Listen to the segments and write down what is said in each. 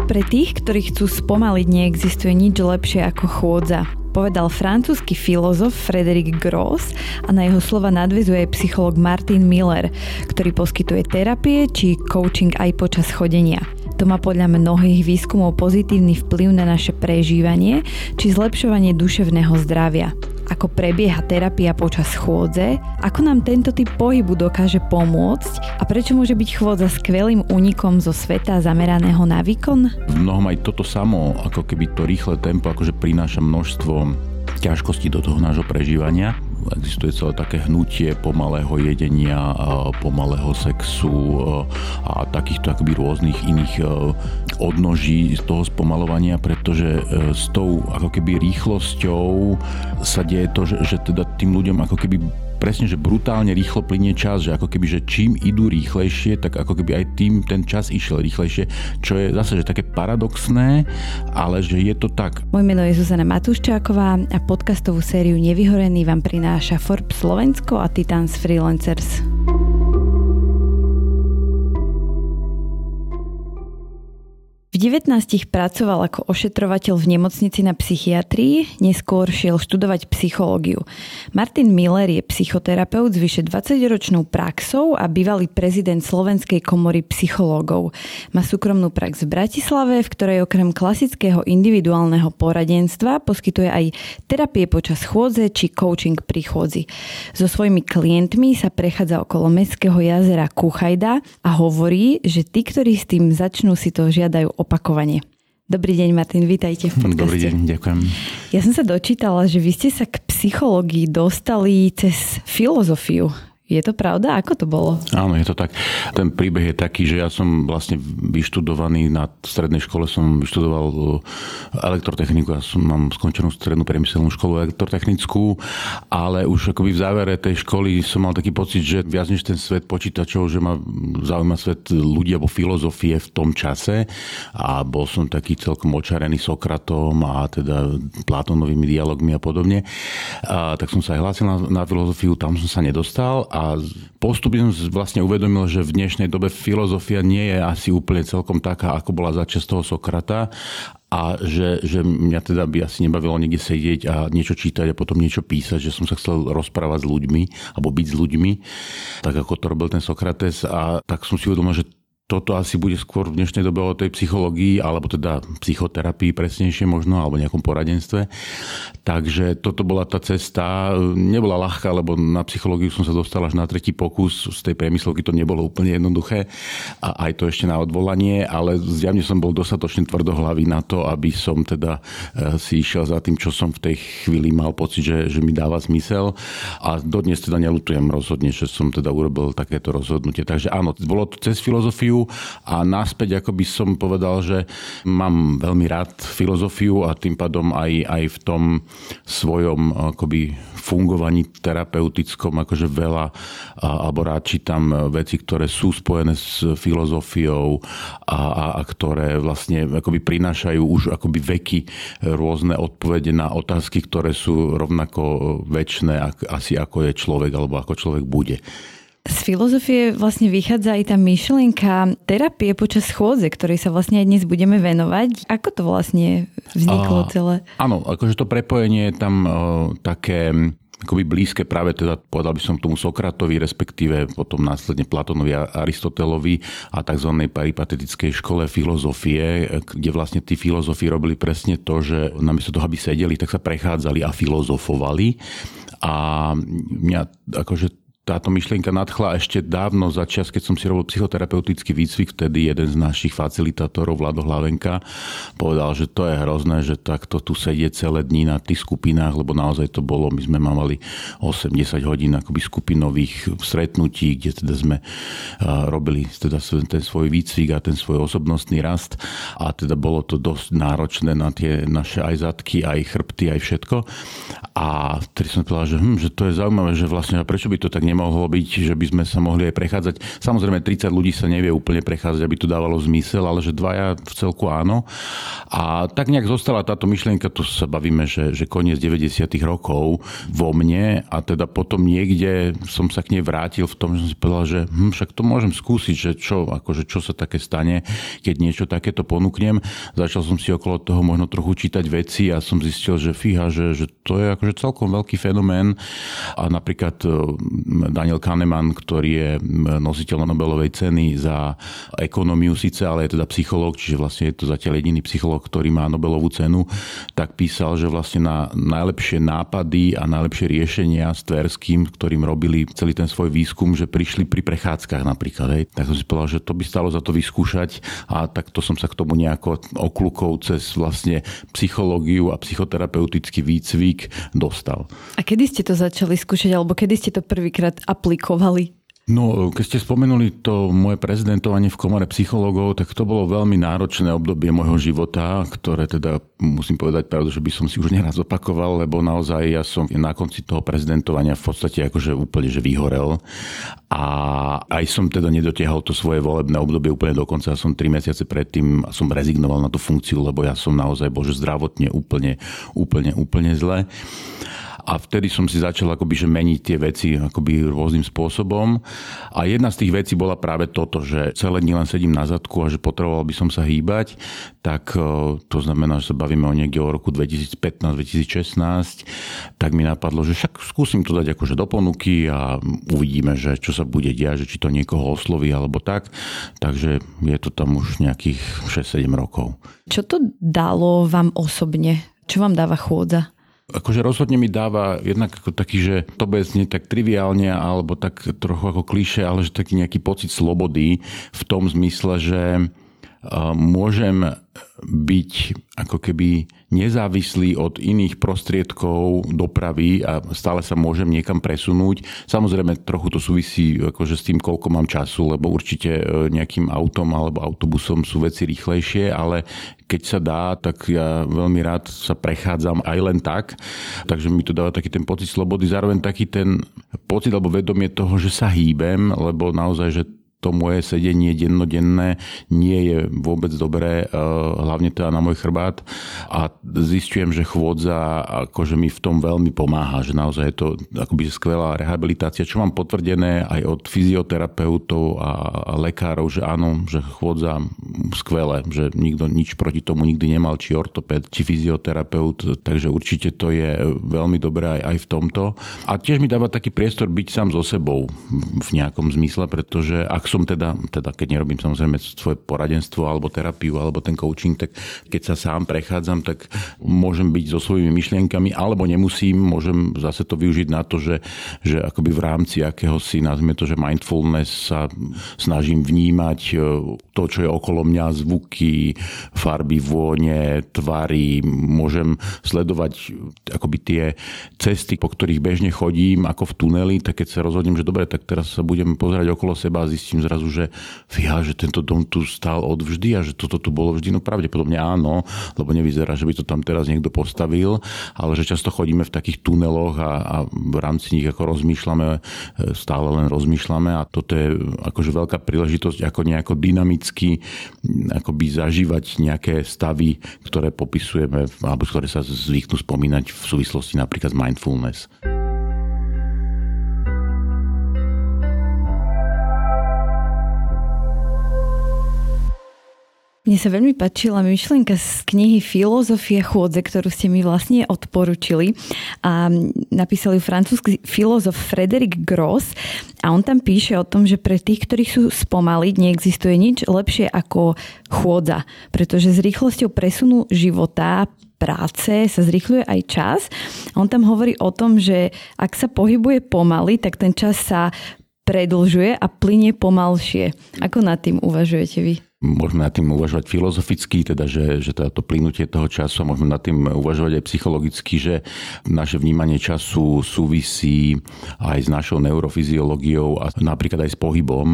Pre tých, ktorí chcú spomaliť, neexistuje nič lepšie ako chôdza. Povedal francúzsky filozof Frédéric Gros a na jeho slova nadväzuje aj psychológ Martin Miller, ktorý poskytuje terapie či coaching aj počas chodenia. To má podľa mnohých výskumov pozitívny vplyv na naše prežívanie či zlepšovanie duševného zdravia. Ako prebieha terapia počas chôdze, ako nám tento typ pohybu dokáže pomôcť a prečo môže byť chôdza skvelým únikom zo sveta zameraného na výkon? V mnohom aj toto samo, ako keby to rýchle tempo, akože prináša množstvo ťažkostí do toho nášho prežívania. Existuje celé také hnutie pomalého jedenia, pomalého sexu a takýchto akoby rôznych iných odnoží z toho spomalovania, pretože s tou ako keby rýchlosťou sa deje to, že teda tým ľuďom ako keby presne, že brutálne rýchlo plynie čas, že ako keby, že čím idú rýchlejšie, tak ako keby aj tým ten čas išiel rýchlejšie, čo je zase, že také paradoxné, ale že je to tak. Moje meno je Zuzana Matúščáková a podcastovú sériu Nevyhorený vám prináša Forbes Slovensko a Titans Freelancers. V 19 pracoval ako ošetrovateľ v nemocnici na psychiatrii, neskôr šiel študovať psychológiu. Martin Miller je psychoterapeut s vyše 20-ročnou praxou a bývalý prezident Slovenskej komory psychológov. Má súkromnú prax v Bratislave, v ktorej okrem klasického individuálneho poradenstva poskytuje aj terapie počas chôdze či coaching pri chôdzi. So svojimi klientmi sa prechádza okolo mestského jazera Kuchajda a hovorí, že tí, ktorí s tým začnú, si to žiadajú opakovane. Dobrý deň, Martin, vítajte v podcaste. Dobrý deň, ďakujem. Ja som sa dočítala, že vy ste sa k psychológii dostali cez filozofiu. Je to pravda? Ako to bolo? Áno, je to tak. Ten príbeh je taký, že ja som vlastne vyštudovaný na strednej škole, som vyštudoval elektrotechniku, ja mám skončenú strednú priemyselnú školu elektrotechnickú, ale už akoby v závere tej školy som mal taký pocit, že viac než ten svet počítačov, že ma zaujíma svet ľudí alebo filozofie v tom čase a bol som taký celkom očarený Sokratom a teda Platónovými dialogmi a podobne. Tak som sa aj hlásil na filozofiu, tam som sa nedostal. A postupne som vlastne uvedomil, že v dnešnej dobe filozofia nie je asi úplne celkom taká, ako bola za čas toho Sokrata a že mňa teda by asi nebavilo niekde sedieť a niečo čítať a potom niečo písať, že som sa chcel rozprávať s ľuďmi alebo byť s ľuďmi, tak ako to robil ten Sokrates a tak som si uvedomil, že toto asi bude skôr v dnešnej dobe o tej psychológii, alebo teda psychoterapii presnejšie možno, alebo nejakom poradenstve. Takže toto bola tá cesta. Nebola ľahká, lebo na psychológiu som sa dostal až na tretí pokus. Z tej priemyslovky to nebolo úplne jednoduché. A aj to ešte na odvolanie, ale zjavne som bol dostatočne tvrdohlavý na to, aby som teda si išiel za tým, čo som v tej chvíli mal pocit, že mi dáva zmysel. A dodnes teda neľutujem rozhodne, že som teda urobil takéto rozhodnutie. Takže áno, bolo to cez filozofiu a naspäť, ako by som povedal, že mám veľmi rád filozofiu a tým pádom aj v tom svojom akoby fungovaní terapeutickom akože veľa alebo rád čítam veci, ktoré sú spojené s filozofiou a ktoré vlastne akoby prinášajú už akoby veky rôzne odpovede na otázky, ktoré sú rovnako večné asi ako je človek alebo ako človek bude. Z filozofie vlastne vychádza aj tá myšlienka terapie počas chôdze, ktorej sa vlastne aj dnes budeme venovať. Ako to vlastne vzniklo celé? Áno, akože to prepojenie je tam také akoby blízke práve teda, povedal by som tomu Sokratovi, respektíve potom následne Platónovi a Aristotelovi a tzv. Peripatetickej škole filozofie, kde vlastne tí filozofi robili presne to, že namiesto toho, aby sedeli, tak sa prechádzali a filozofovali. A mňa akože táto myšlienka nadchla ešte dávno za čas, keď som si robil psychoterapeutický výcvik, vtedy jeden z našich facilitátorov, Vlado Hlavenka, povedal, že to je hrozné, že takto tu sedie celé dni na tých skupinách, lebo naozaj to bolo, my sme mali 8-10 hodín akoby skupinových stretnutí, kde teda sme robili teda ten svoj výcvik a ten svoj osobnostný rast a teda bolo to dosť náročné na tie naše aj zadky, aj chrbty, aj všetko. A vtedy som povedal, že to je zaujímavé, že vlastne prečo by to tak nemalo mohlo byť, že by sme sa mohli aj prechádzať. Samozrejme 30 ľudí sa nevie úplne prechádzať, aby to dávalo zmysel, ale že dvaja v celku áno. A tak nejak zostala táto myšlienka, tu sa bavíme, že koniec 90. rokov vo mne a teda potom niekde som sa k nej vrátil v tom, že som si povedal, že však to môžem skúsiť, že čo sa také stane, keď niečo takéto ponúknem. Začal som si okolo toho možno trochu čítať veci a som zistil, že fíha, že to je akože celkom veľký fenomén. A napríklad Daniel Kahneman, ktorý je nositeľ Nobelovej ceny za ekonómiu síce, ale je teda psychológ, čiže vlastne je to zatiaľ jediný psychológ, ktorý má Nobelovú cenu, tak písal, že vlastne na najlepšie nápady a najlepšie riešenia s Tverským, ktorým robili celý ten svoj výskum, že prišli pri prechádzkach napríklad. Hej. Tak som si povedal, že to by stalo za to vyskúšať a takto som sa k tomu nejako oklukov cez vlastne psychológiu a psychoterapeutický výcvik dostal. A kedy ste to začali skúšať, alebo kedy ste to prvýkrát aplikovali? No, keď ste spomenuli to moje prezidentovanie v komore psychológov, tak to bolo veľmi náročné obdobie môjho života, ktoré teda, musím povedať pravdu, že by som si už neraz opakoval, lebo naozaj ja som na konci toho prezidentovania v podstate akože úplne že vyhorel a aj som teda nedotiahol to svoje volebné obdobie úplne do konca. Som 3 mesiace predtým som rezignoval na tú funkciu, lebo ja som naozaj bol zdravotne úplne zle. A vtedy som si začal akoby, že meniť tie veci akoby rôznym spôsobom. A jedna z tých vecí bola práve toto, že celé dni len sedím na zadku a že potreboval by som sa hýbať. Tak to znamená, že sa bavíme o niekde o roku 2015-2016. Tak mi napadlo, že však skúsim to dať akože do ponuky a uvidíme, že čo sa bude diať, že či to niekoho osloví alebo tak. Takže je to tam už nejakých 6-7 rokov. Čo to dalo vám osobne? Čo vám dáva chôdza? Akože rozhodne mi dáva jednak ako taký, že to bude znieť tak triviálne alebo tak trochu ako klišé, ale že taký nejaký pocit slobody v tom zmysle, že môžem byť ako keby nezávislý od iných prostriedkov dopravy a stále sa môžem niekam presunúť. Samozrejme, trochu to súvisí akože s tým, koľko mám času, lebo určite nejakým autom alebo autobusom sú veci rýchlejšie, ale keď sa dá, tak ja veľmi rád sa prechádzam aj len tak. Takže mi to dáva taký ten pocit slobody, zároveň taký ten pocit alebo vedomie toho, že sa hýbem, lebo naozaj, že to moje sedenie dennodenné nie je vôbec dobré, hlavne teda na môj chrbát. A zistujem, že chôdza akože mi v tom veľmi pomáha, že naozaj je to akoby skvelá rehabilitácia, čo mám potvrdené aj od fyzioterapeutov a lekárov, že áno, že chôdza skvelé, že nikto nič proti tomu nikdy nemal, či ortopéd, či fyzioterapeut, takže určite to je veľmi dobré aj v tomto. A tiež mi dáva taký priestor byť sám so sebou v nejakom zmysle, pretože ak som teda keď nerobím samozrejme svoje poradenstvo alebo terapiu alebo ten coaching, tak keď sa sám prechádzam, tak môžem byť so svojimi myšlienkami alebo nemusím, môžem zase to využiť na to, že akoby v rámci akéhosi, nazvime to, že mindfulness sa snažím vnímať to, čo je okolo mňa, zvuky, farby, vône, tvary, môžem sledovať akoby tie cesty, po ktorých bežne chodím ako v tuneli, tak keď sa rozhodnem, že dobre, tak teraz sa budem pozerať okolo seba a zistím zrazu, že fíha, že tento dom tu stál odvždy a že toto tu bolo vždy. No pravdepodobne áno, lebo nevyzerá, že by to tam teraz niekto postavil, ale že často chodíme v takých tuneloch a v rámci nich ako rozmýšľame, stále len rozmýšľame a toto je akože veľká príležitosť ako nejako dynamicky akoby zažívať nejaké stavy, ktoré popisujeme alebo ktoré sa zvyknú spomínať v súvislosti napríklad s mindfulness. Mne sa veľmi páčila myšlienka z knihy Filozofia chôdze, ktorú ste mi vlastne odporučili. A napísal ju francúzsky filozof Frédéric Gros a on tam píše o tom, že pre tých, ktorí sú spomaliť, neexistuje nič lepšie ako chôdza, pretože s rýchlosťou presunu života práce sa zrýchľuje aj čas. A on tam hovorí o tom, že ak sa pohybuje pomaly, tak ten čas sa predĺžuje a plynie pomalšie. Ako nad tým uvažujete vy? Môžeme nad tým uvažovať filozoficky, teda, že teda to plynutie toho času, a môžeme nad tým uvažovať aj psychologicky, že naše vnímanie času súvisí aj s našou neurofyziológiou a napríklad aj s pohybom.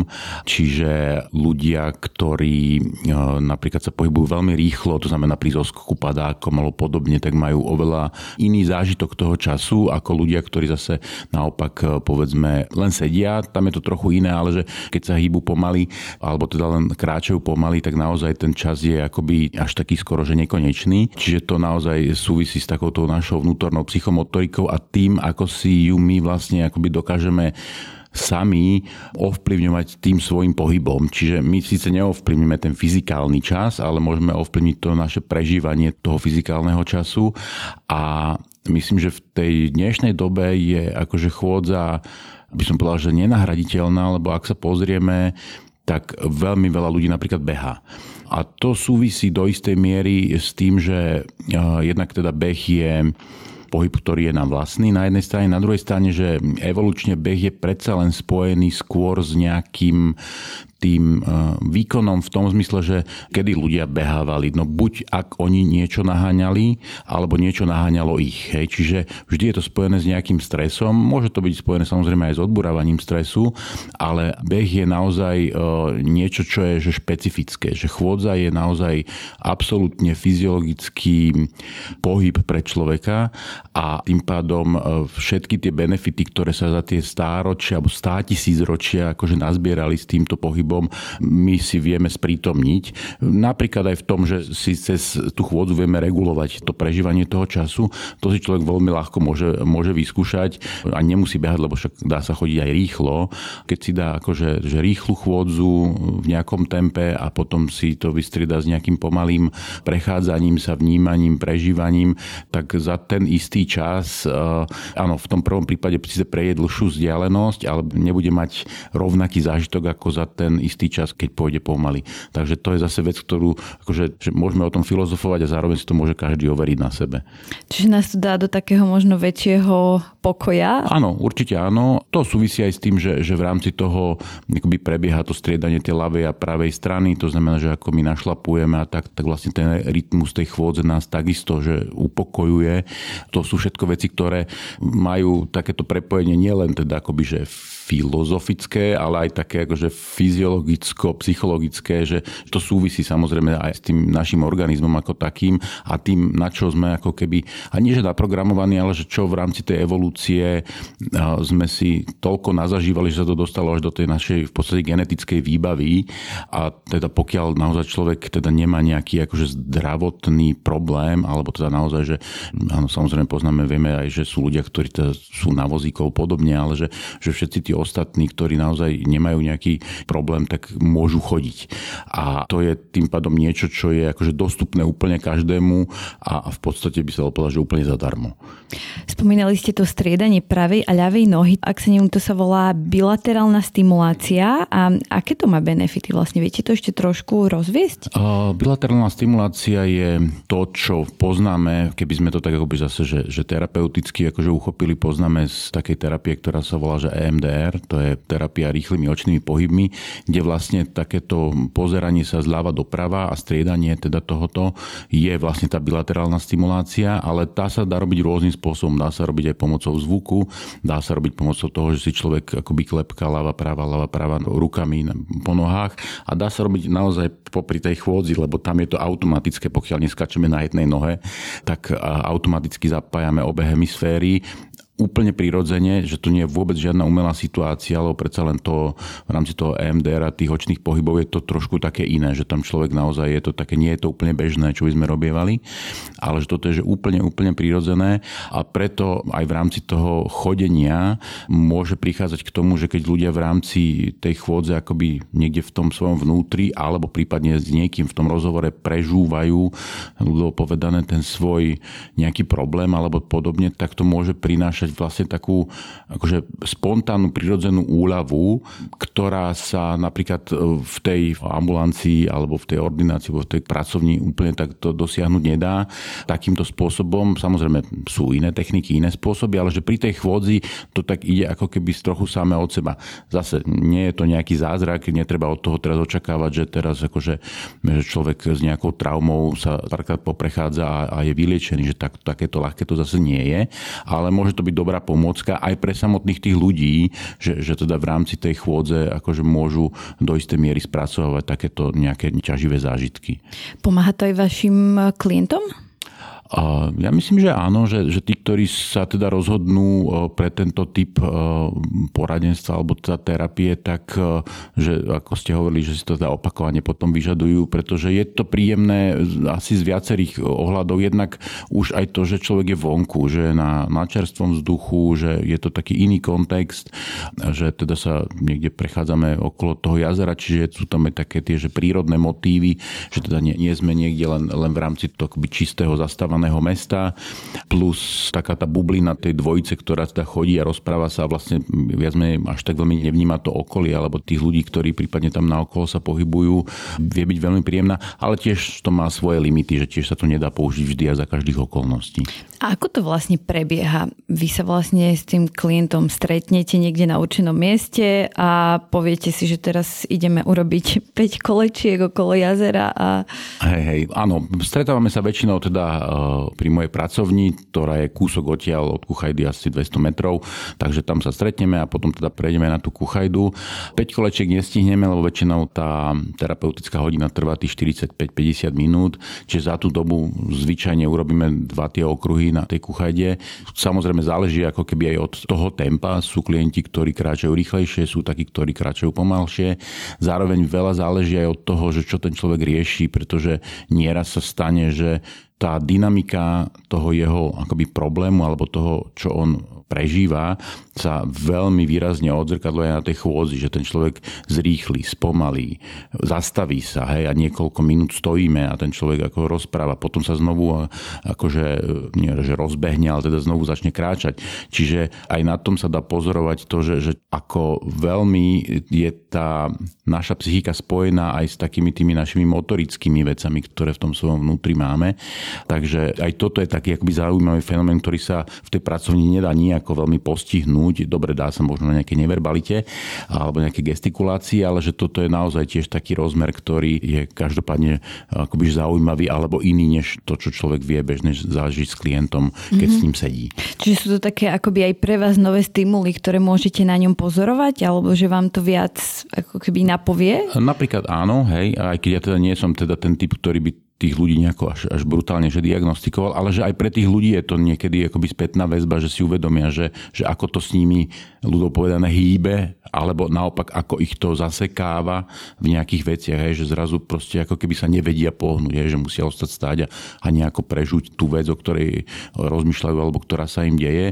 Čiže ľudia, ktorí napríklad sa pohybujú veľmi rýchlo, to znamená pri zoskoku padákom alebo podobne, tak majú oveľa iný zážitok toho času ako ľudia, ktorí zase naopak povedzme len sedia. Tam je to trochu iné, ale že keď sa hýbu pomaly alebo teda len kráčajú pomaly, tak naozaj ten čas je akoby až taký skoro, že nekonečný. Čiže to naozaj súvisí s takouto našou vnútornou psychomotorikou a tým, ako si ju my vlastne akoby dokážeme sami ovplyvňovať tým svojim pohybom. Čiže my síce neovplyvníme ten fyzikálny čas, ale môžeme ovplyvniť to naše prežívanie toho fyzikálneho času. A myslím, že v tej dnešnej dobe je akože chôdza, by som povedal, že nenahraditeľná, lebo ak sa pozrieme, tak veľmi veľa ľudí napríklad behá. A to súvisí do istej miery s tým, že jednak teda beh je pohyb, ktorý je nám vlastný na jednej strane, na druhej strane, že evolučne beh je predsa len spojený skôr s nejakým tým výkonom v tom zmysle, že kedy ľudia behávali. No buď ak oni niečo naháňali, alebo niečo naháňalo ich. Hej. Čiže vždy je to spojené s nejakým stresom. Môže to byť spojené samozrejme aj s odburávaním stresu, ale beh je naozaj niečo, čo je že špecifické. Že chôdza je naozaj absolútne fyziologický pohyb pre človeka a tým pádom všetky tie benefity, ktoré sa za tie stáročia alebo 100 000 ročia akože nazbierali s týmto pohybom, my si vieme sprítomniť. Napríklad aj v tom, že si cez tú chôdzu vieme regulovať to prežívanie toho času. To si človek veľmi ľahko môže vyskúšať a nemusí behať, lebo však dá sa chodiť aj rýchlo. Keď si dá akože že rýchlu chôdzu v nejakom tempe a potom si to vystrieda s nejakým pomalým prechádzaním sa, vnímaním, prežívaním, tak za ten istý čas, áno, v tom prvom prípade si prejde dlhšiu vzdialenosť, ale nebude mať rovnaký zážitok ako za ten istý čas, keď pôjde pomaly. Takže to je zase vec, ktorú akože, že môžeme o tom filozofovať a zároveň si to môže každý overiť na sebe. Čiže nás to dá do takého možno väčšieho pokoja? Áno, určite áno. To súvisí aj s tým, že v rámci toho akoby prebieha to striedanie tej ľavej a pravej strany. To znamená, že ako my našlapujeme a tak vlastne ten rytmus tej chôdze nás takisto, že upokojuje. To sú všetko veci, ktoré majú takéto prepojenie nielen teda akoby, že filozofické, ale aj také akože fyziologicko-psychologické, že to súvisí samozrejme aj s tým našim organizmom ako takým a tým, na čo sme ako keby, a nie že naprogramovaní, ale že čo v rámci tej evolúcie sme si toľko nazažívali, že sa to dostalo až do tej našej v podstate genetickej výbavy a teda pokiaľ naozaj človek teda nemá nejaký akože zdravotný problém, alebo teda naozaj, že áno, samozrejme poznáme, vieme aj, že sú ľudia, ktorí teda sú na vozíkov podobne, ale že všetci tí ostatní, ktorí naozaj nemajú nejaký problém, tak môžu chodiť. A to je tým pádom niečo, čo je akože dostupné úplne každému a v podstate by sa dalo povedať, že úplne zadarmo. Spomínali ste to striedanie pravej a ľavej nohy. Ak sa neviem, to sa volá bilaterálna stimulácia. A aké to má benefity vlastne? Viete to ešte trošku rozviesť? Bilaterálna stimulácia je to, čo poznáme, keby sme to tak akoby zase, že terapeuticky akože uchopili, poznáme z takej terapie, ktorá sa volá, že EMDR, to je terapia rýchlymi očnými pohybmi, kde vlastne takéto pozeranie sa zľava doprava a striedanie teda tohoto je vlastne tá bilaterálna stimulácia, ale tá sa dá robiť rôznym spôsobom. Dá sa robiť aj pomocou zvuku, dá sa robiť pomocou toho, že si človek akoby klepká ľava, práva rukami po nohách a dá sa robiť naozaj popri tej chôdzi, lebo tam je to automatické, pokiaľ neskačeme na jednej nohe, tak automaticky zapájame obe hemisféry. Úplne prirodzene, že to nie je vôbec žiadna umelá situácia, lebo predsa len to v rámci toho EMDR a tých očných pohybov je to trošku také iné, že tam človek naozaj je to také, nie je to úplne bežné, čo by sme robievali, ale že toto je že úplne prirodzené a preto aj v rámci toho chodenia môže prichádzať k tomu, že keď ľudia v rámci tej chôdze akoby niekde v tom svojom vnútri alebo prípadne s niekým v tom rozhovore prežúvajú, ľudovo povedané, ten svoj nejaký problém alebo podobne, tak to môže prinášať natáčať vlastne takú akože spontánnu, prirodzenú úľavu, ktorá sa napríklad v tej ambulancii alebo v tej ordinácii, v tej pracovni úplne takto dosiahnuť nedá. Takýmto spôsobom, samozrejme sú iné techniky, iné spôsoby, ale že pri tej chôdzi to tak ide ako keby trochu samé od seba. Zase nie je to nejaký zázrak, netreba od toho teraz očakávať, že teraz akože že človek s nejakou traumou sa párkrát poprechádza a je vyliečený, že takéto ľahké to zase nie je, ale môže to byť dobrá pomôcka aj pre samotných tých ľudí, že teda v rámci tej chôdze akože môžu do istej miery spracovať takéto nejaké ťaživé zážitky. Pomáha to aj vašim klientom? Ja myslím, že áno, že tí, ktorí sa teda rozhodnú pre tento typ poradenstva alebo teda terapie, tak že ako ste hovorili, že si to teda opakovane potom vyžadujú, pretože je to príjemné asi z viacerých ohľadov. Jednak už aj to, že človek je vonku, že je na čerstvom vzduchu, že je to taký iný kontext, že teda sa niekde prechádzame okolo toho jazera, čiže sú tam aj také tie že prírodné motívy, že teda nie sme niekde len v rámci toho čistého zastávaného mesta, plus taká tá bublina tej dvojice, ktorá teda chodí a rozpráva sa a vlastne viac menej až tak veľmi nevníma to okolie alebo tých ľudí, ktorí prípadne tam naokolo sa pohybujú, vie byť veľmi príjemná, ale tiež to má svoje limity, že tiež sa to nedá použiť vždy a za každých okolností. A ako to vlastne prebieha? Vy sa vlastne s tým klientom stretnete niekde na určenom mieste a poviete si, že teraz ideme urobiť 5 kolečiek okolo jazera a... Hej, áno, stretávame sa väčšinou teda pri mojej pracovni, ktorá je kúsok odtiaľ od Kuchajdy asi 200 metrov, takže tam sa stretneme a potom teda prejdeme na tú Kuchajdu. 5 kolečiek nestihneme, lebo väčšinou tá terapeutická hodina trvá tých 45-50 minút, čiže za tú dobu zvyčajne urobíme 2 tie okruhy na tej Kuchajde. Samozrejme záleží ako keby aj od toho tempa. Sú klienti, ktorí kráčajú rýchlejšie, sú takí, ktorí kráčajú pomalšie. Zároveň veľa záleží aj od toho, že čo ten človek rieši, pretože nieraz sa stane, že tá dynamika toho jeho akoby problému alebo toho, čo on prežíva, sa veľmi výrazne odzrkadľuje na tej chôdzi, že ten človek zrýchli, spomalí, zastaví sa, hej, a niekoľko minút stojíme a ten človek ako rozpráva, potom sa znovu akože nie, že rozbehne, ale teda znovu začne kráčať. Čiže aj na tom sa dá pozorovať to, že ako veľmi je tá naša psychika spojená aj s takými tými našimi motorickými vecami, ktoré v tom svojom vnútri máme. Takže aj toto je taký akoby zaujímavý fenomén, ktorý sa v tej pracovni nedá nejako veľmi postihnúť. Dobre, dá sa možno na nejakej neverbalite alebo nejaké gestikulácii, ale že toto je naozaj tiež taký rozmer, ktorý je každopádne akoby zaujímavý alebo iný, než to, čo človek vie bežne zažiť s klientom, keď s ním sedí. Čiže sú to také akoby aj pre vás nové stimuly, ktoré môžete na ňom pozorovať, alebo že vám to viac ako keby napovie? Napríklad áno, hej, aj keď ja teda nie som teda ten typ, ktorý by tých ľudí nejako až brutálne že diagnostikoval, ale že aj pre tých ľudí je to niekedy akoby spätná väzba, že si uvedomia, že ako to s nimi ľudovo povedané hýbe, alebo naopak ako ich to zasekáva v nejakých veciach, hej, že zrazu proste ako keby sa nevedia pohnúť, hej, že musia ostať stáť a nejako prežuť tú vec, o ktorej rozmýšľajú alebo ktorá sa im deje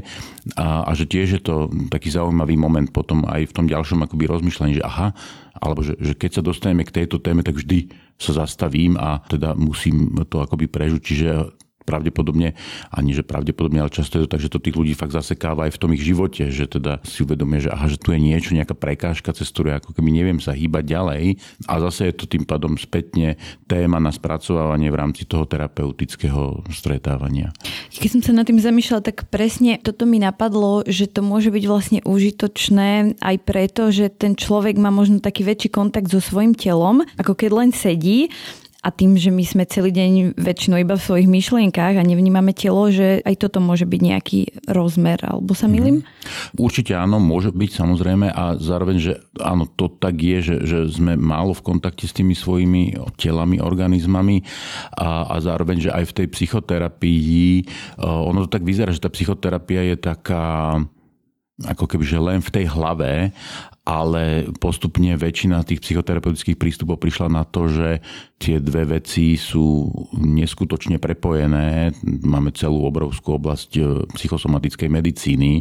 a že tiež je to taký zaujímavý moment potom aj v tom ďalšom akoby rozmýšľaní, že aha, alebo že keď sa dostaneme k tejto téme, tak vždy sa zastavím a teda musím to akoby prežuť. Čiže pravdepodobne, ani že pravdepodobne, ale často je to tak, že to tých ľudí fakt zasekáva aj v tom ich živote, že teda si uvedomia, že aha, že tu je niečo, nejaká prekážka, cez ktorú ako keby neviem sa hýbať ďalej a zase je to tým pádom spätne téma na spracovávanie v rámci toho terapeutického stretávania. Keď som sa nad tým zamýšľala, tak presne toto mi napadlo, že to môže byť vlastne užitočné aj preto, že ten človek má možno taký väčší kontakt so svojím telom, ako keď len sedí. A tým, že my sme celý deň väčšinou iba v svojich myšlienkách a nevnímame telo, že aj toto môže byť nejaký rozmer, alebo sa mýlim? Určite áno, môže byť samozrejme a zároveň, že áno, to tak je, že sme málo v kontakte s tými svojimi telami, organizmami a zároveň, že aj v tej psychoterapii, ono to tak vyzerá, že tá psychoterapia je taká ako keby, že len v tej hlave ale postupne väčšina tých psychoterapeutických prístupov prišla na to, že tie dve veci sú neskutočne prepojené. Máme celú obrovskú oblasť psychosomatickej medicíny,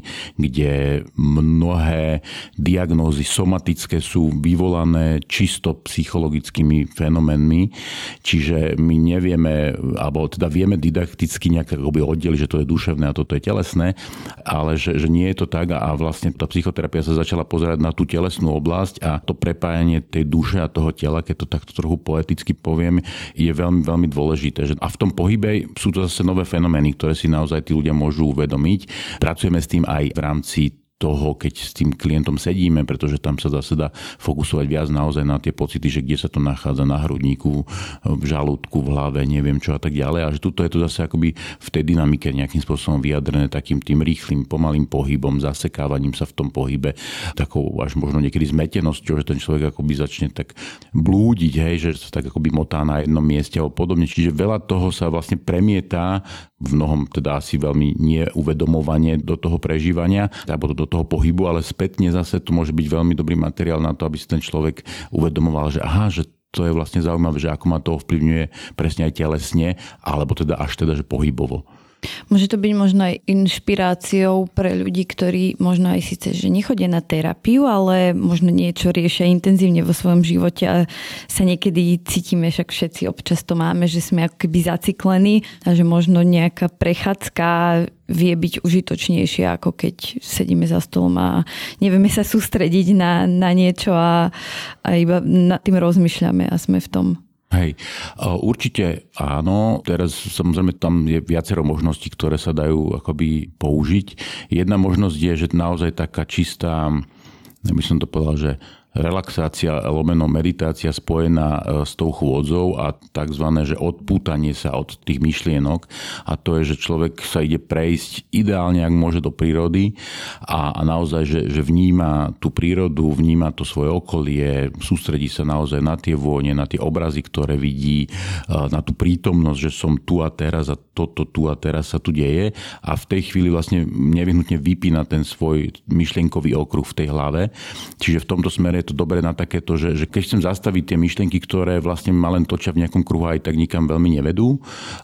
kde mnohé diagnózy somatické sú vyvolané čisto psychologickými fenoménmi, čiže my nevieme, alebo teda vieme didakticky nejak oddeliť, že to je duševné a toto je telesné, ale že nie je to tak a vlastne tá psychoterapia sa začala pozerať na tú telesnú oblasť a to prepájanie tej duše a toho tela, keď to takto trochu poeticky poviem, je veľmi, veľmi dôležité. A v tom pohybe sú to zase nové fenomény, ktoré si naozaj tí ľudia môžu uvedomiť. Pracujeme s tým aj v rámci toho, keď s tým klientom sedíme, pretože tam sa zase dá fokusovať viac naozaj na tie pocity, že kde sa to nachádza na hrudníku, v žalúdku, v hlave, neviem čo a tak ďalej. A že tuto je to zase akoby v tej dynamike nejakým spôsobom vyjadrené takým tým rýchlym, pomalým pohybom, zasekávaním sa v tom pohybe, takou až možno niekedy zmetenosťou, že ten človek akoby začne tak blúdiť, hej, že sa tak akoby motá na jednom mieste alebo podobne. Čiže veľa toho sa vlastne premietá v mnohom teda asi veľmi neuvedomovanie do toho prežívania alebo do toho pohybu, ale spätne zase to môže byť veľmi dobrý materiál na to, aby si ten človek uvedomoval, že aha, že to je vlastne zaujímavé, že ako ma to ovplyvňuje presne aj telesne, alebo teda až teda, že pohybovo. Môže to byť možno aj inšpiráciou pre ľudí, ktorí možno aj síce, že nechodia na terapiu, ale možno niečo riešia intenzívne vo svojom živote a sa niekedy cítime, však všetci občas to máme, že sme ako keby zaciklení a že možno nejaká prechádzka vie byť užitočnejšia, ako keď sedíme za stolom a nevieme sa sústrediť na niečo a iba nad tým rozmýšľame a sme v tom. Hej, určite áno. Teraz samozrejme tam je viacero možností, ktoré sa dajú akoby použiť. Jedna možnosť je, že naozaj taká čistá, by som to povedal, že relaxácia, lomeno meditácia spojená s tou chôdzou a takzvané, že odpútanie sa od tých myšlienok. A to je, že človek sa ide prejsť ideálne, ak môže, do prírody a naozaj, že vníma tú prírodu, vníma to svoje okolie, sústredí sa naozaj na tie vône, na tie obrazy, ktoré vidí, na tú prítomnosť, že som tu a teraz a toto tu a teraz sa tu deje a v tej chvíli vlastne nevyhnutne vypína ten svoj myšlienkový okruh v tej hlave. Čiže v tomto smere je to dobré na takéto, že keď chcem zastaviť tie myšlienky, ktoré vlastne ma len točia v nejakom kruhu aj tak nikam veľmi nevedú,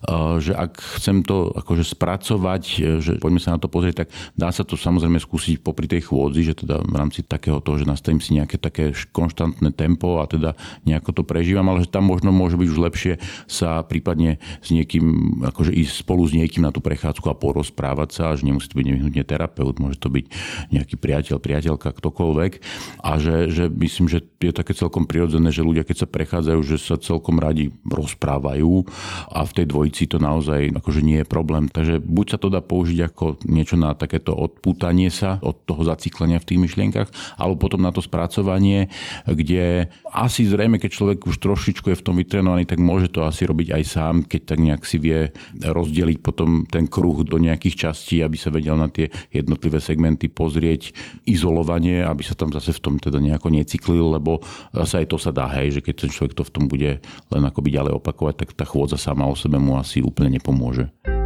že ak chcem to akože spracovať, že poďme sa na to pozrieť, tak dá sa to samozrejme skúsiť popri tej chôdzi, že teda v rámci takého toho, že nastavím si nejaké také konštantné tempo a teda nejako to prežívam, ale že tam možno môže byť už lepšie sa prípadne s niekým, akože ísť spolu s niekým na tú prechádzku a porozprávať sa, že nemusí to byť nevyhnutne terapeut, môže to byť nejaký priateľ, priateľka, ktokoľvek a že myslím, že je také celkom prirodzené, že ľudia, keď sa prechádzajú, že sa celkom radi rozprávajú a v tej dvojici to naozaj akože nie je problém. Takže buď sa to dá použiť ako niečo na takéto odpútanie sa od toho zaciklenia v tých myšlienkach, alebo potom na to spracovanie, kde asi zrejme, keď človek už trošičku je v tom vytrenovaný, tak môže to asi robiť aj sám, keď tak nejak si vie rozdeliť potom ten kruh do nejakých častí, aby sa vedel na tie jednotlivé segmenty pozrieť izolovanie, aby sa tam zase v tom teda nejako necyklil, lebo zase aj to sa dá, hej, že keď ten človek to v tom bude len akoby ďalej opakovať, tak tá chôdza sama o sebe mu asi úplne nepomôže.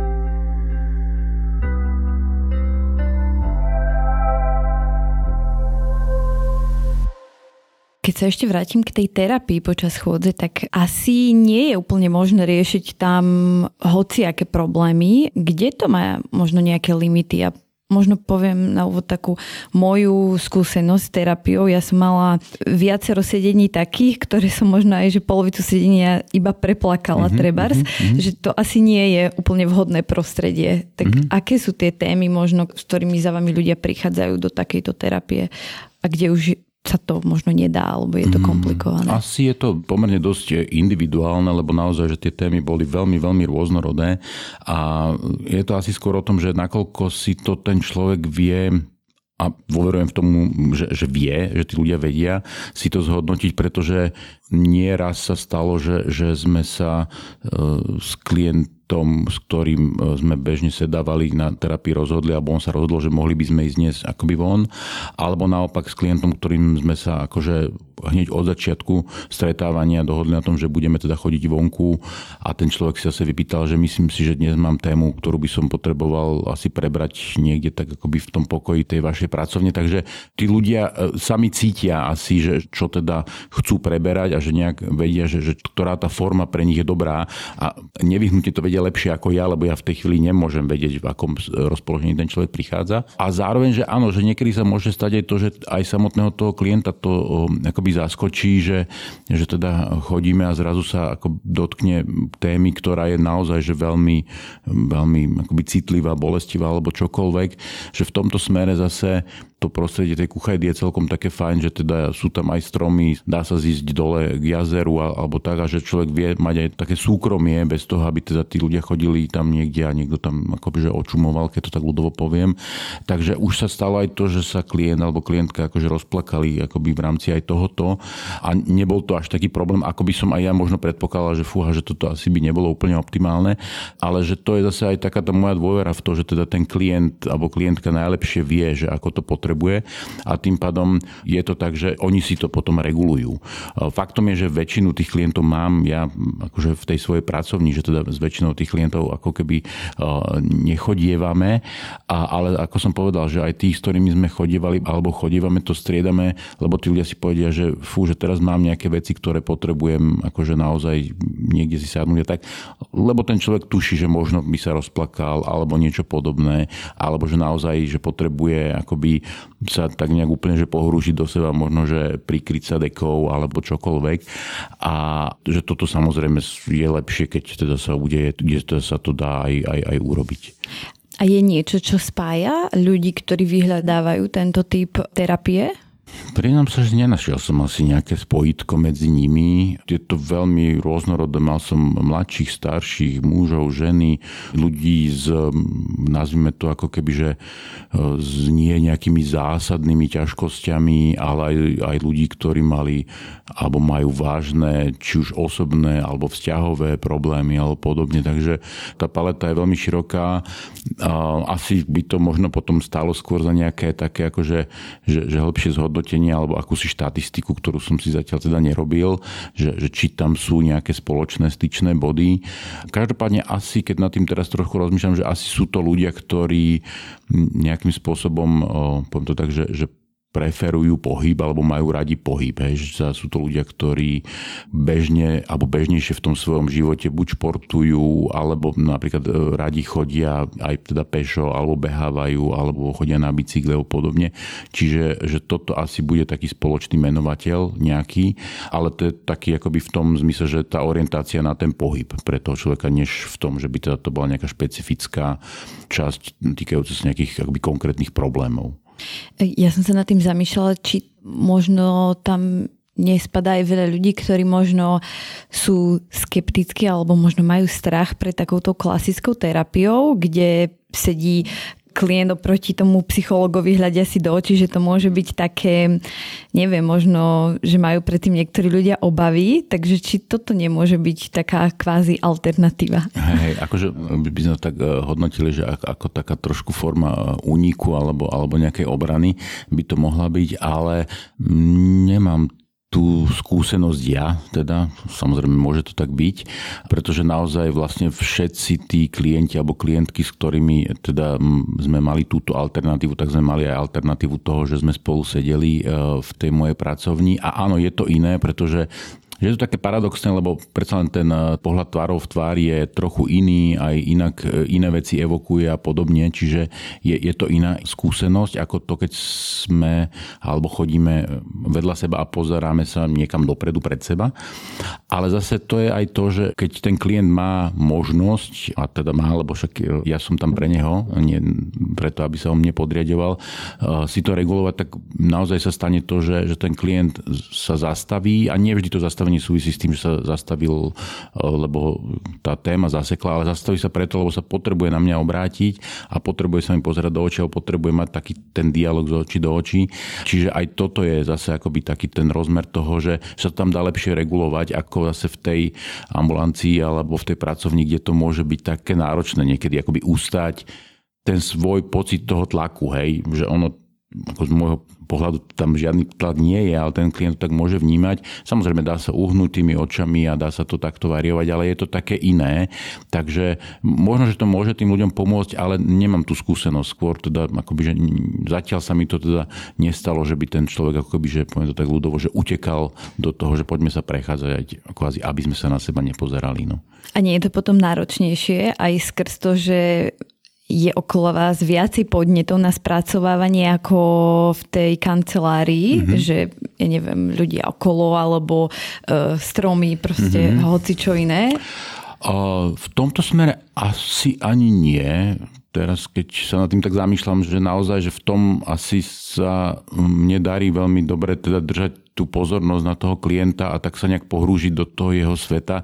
Keď sa ešte vrátim k tej terapii počas chôdze, tak asi nie je úplne možné riešiť tam hociaké problémy. Kde to má možno nejaké limity? A možno poviem na úvod takú moju skúsenosť s terapiou. Ja som mala viacero sedení takých, ktoré som možno aj, že polovicu sedenia iba preplakala trebárs, že to asi nie je úplne vhodné prostredie. Tak aké sú tie témy možno, s ktorými za vami ľudia prichádzajú do takejto terapie a kde už sa to možno nedá, alebo je to komplikované? Asi je to pomerne dosť individuálne, lebo naozaj, že tie témy boli veľmi, veľmi rôznorodé a je to asi skôr o tom, že nakoľko si to ten človek vie a dôverujem v tomu, že vie, že tí ľudia vedia si to zhodnotiť, pretože nieraz sa stalo, že sme sa s klientom, s ktorým sme bežne sedávali na terapii rozhodli, alebo on sa rozhodol, že mohli by sme ísť dnes akoby von, alebo naopak s klientom, ktorým sme sa akože hneď od začiatku stretávania dohodli na tom, že budeme teda chodiť vonku a ten človek si zase vypýtal, že myslím si, že dnes mám tému, ktorú by som potreboval asi prebrať niekde tak akoby v tom pokoji tej vašej pracovne. Takže tí ľudia sami cítia asi, že čo teda chcú preberať a že nejak vedia, že ktorá tá forma pre nich je dobrá a nevyhnutne to vedia lepšie ako ja, lebo ja v tej chvíli nemôžem vedieť, v akom rozpoložení ten človek prichádza. A zároveň, že áno, že niekedy sa môže stať aj to, že aj samotného toho klienta to akoby zaskočí, že teda chodíme a zrazu sa ako dotkne témy, ktorá je naozaj že veľmi, veľmi akoby citlivá, bolestivá alebo čokoľvek, že v tomto smere zase to prostredie tej kuchajdy je celkom také fajn, že teda sú tam aj stromy, dá sa zísť dole k jazeru alebo tak, a že človek vie mať aj také súkromie bez toho, aby teda tí ľudia chodili tam niekde a niekto tam akoby že očumoval, keď to tak ľudovo poviem. Takže už sa stalo aj to, že sa klient alebo klientka akože rozplakali akoby v rámci aj tohoto a nebol to až taký problém, ako by som aj ja možno predpokladal, že fúha, že toto asi by nebolo úplne optimálne, ale že to je zase aj taká tá moja dôvera v to, že teda ten klient alebo klientka najlepšie vie, že ako to potrebuje a tým pádom je to tak, že oni si to potom regulujú. Faktom je, že väčšinu tých klientov mám ja akože v tej svojej pracovni, že teda s väčšinou tých klientov ako keby nechodievame, ale ako som povedal, že aj tých, s ktorými sme chodievali alebo chodievame, to striedame, lebo tí ľudia si povedia, že že teraz mám nejaké veci, ktoré potrebujem akože naozaj niekde si sadnúť a tak, lebo ten človek tuší, že možno by sa rozplakal alebo niečo podobné, alebo že naozaj, že potrebuje akoby sa tak nejak úplne že pohrúžiť do seba, možno, že prikryť sa dekou alebo čokoľvek. A že toto samozrejme je lepšie, keď teda sa udeje, kde teda sa to dá aj urobiť. A je niečo, čo spája ľudí, ktorí vyhľadávajú tento typ terapie? Priznám sa, že nenašiel som asi nejaké spojitko medzi nimi. Je to veľmi rôznorodé. Mal som mladších, starších, mužov, ženy, ľudí nazvime to ako keby, že s nie nejakými zásadnými ťažkosťami, ale aj ľudí, ktorí mali alebo majú vážne, či už osobné alebo vzťahové problémy alebo podobne. Takže tá paleta je veľmi široká. Asi by to možno potom stálo skôr za nejaké také akože, že hĺbšie zhodnotenie alebo akúsi štatistiku, ktorú som si zatiaľ teda nerobil, že či tam sú nejaké spoločné styčné body. Každopádne asi, keď nad tým teraz trochu rozmýšľam, že asi sú to ľudia, ktorí nejakým spôsobom, poviem to tak, že preferujú pohyb alebo majú radi pohyb. Že sú to ľudia, ktorí bežne alebo bežnejšie v tom svojom živote buď športujú, alebo napríklad radi chodia aj teda pešo, alebo behávajú, alebo chodia na bicykle a podobne. Čiže že toto asi bude taký spoločný menovateľ nejaký, ale to je taký akoby v tom zmysle, že tá orientácia na ten pohyb pre toho človeka, než v tom, že by teda to bola nejaká špecifická časť týkajúca sa nejakých akoby konkrétnych problémov. Ja som sa nad tým zamýšľala, či možno tam nespadá aj veľa ľudí, ktorí možno sú skeptickí alebo možno majú strach pred takouto klasickou terapiou, kde sedí klient oproti tomu psychologovi, hľadia si do očí, že to môže byť také, neviem, možno, že majú predtým niektorí ľudia obavy, takže či toto nemôže byť taká kvázi alternatíva. Hej, akože by sme tak hodnotili, že ako taká trošku forma úniku alebo nejakej obrany by to mohla byť, ale nemám tú skúsenosť ja, teda samozrejme môže to tak byť, pretože naozaj vlastne všetci tí klienti alebo klientky, s ktorými teda sme mali túto alternatívu, tak sme mali aj alternatívu toho, že sme spolu sedeli v tej mojej pracovni a áno, je to iné, pretože je to také paradoxné, lebo predsa len ten pohľad tvárov v tvári je trochu iný, aj inak iné veci evokuje a podobne, čiže je to iná skúsenosť, ako to, keď sme alebo chodíme vedľa seba a pozeráme sa niekam dopredu pred seba. Ale zase to je aj to, že keď ten klient má možnosť, a teda má, lebo však ja som tam pre neho, nie preto, aby sa o mne podriaďoval, si to regulovať, tak naozaj sa stane to, že ten klient sa zastaví a nevždy to zastaví súvisí s tým, že sa zastavil, lebo tá téma zasekla, ale zastaví sa preto, lebo sa potrebuje na mňa obrátiť a potrebuje sa mi pozerať do očí, alebo potrebuje mať taký ten dialog z očí do očí. Čiže aj toto je zase akoby taký ten rozmer toho, že sa tam dá lepšie regulovať, ako zase v tej ambulancii alebo v tej pracovni, kde to môže byť také náročné niekedy akoby ustať ten svoj pocit toho tlaku, hej, že ono ako z môjho pohľadu tam žiadny tlak nie je, ale ten klient tak môže vnímať. Samozrejme dá sa uhnúť tými očami a dá sa to takto variovať, ale je to také iné. Takže možno, že to môže tým ľuďom pomôcť, ale nemám tú skúsenosť. Skôr teda, akoby, že zatiaľ sa mi to teda nestalo, že by ten človek, akoby, že poviem to tak ľudovo, že utekal do toho, že poďme sa prechádzať, kvázi, aby sme sa na seba nepozerali. No. A nie je to potom náročnejšie aj skrz to, že je okolo vás viacej podnetov na spracovávanie ako v tej kancelárii, že ja neviem, ľudia okolo alebo stromy, proste hocičo iné? V tomto smere asi ani nie. Teraz, keď sa nad tým tak zamýšľam, že naozaj, že v tom asi sa mne darí veľmi dobre teda držať tú pozornosť na toho klienta a tak sa nejak pohrúžiť do toho jeho sveta,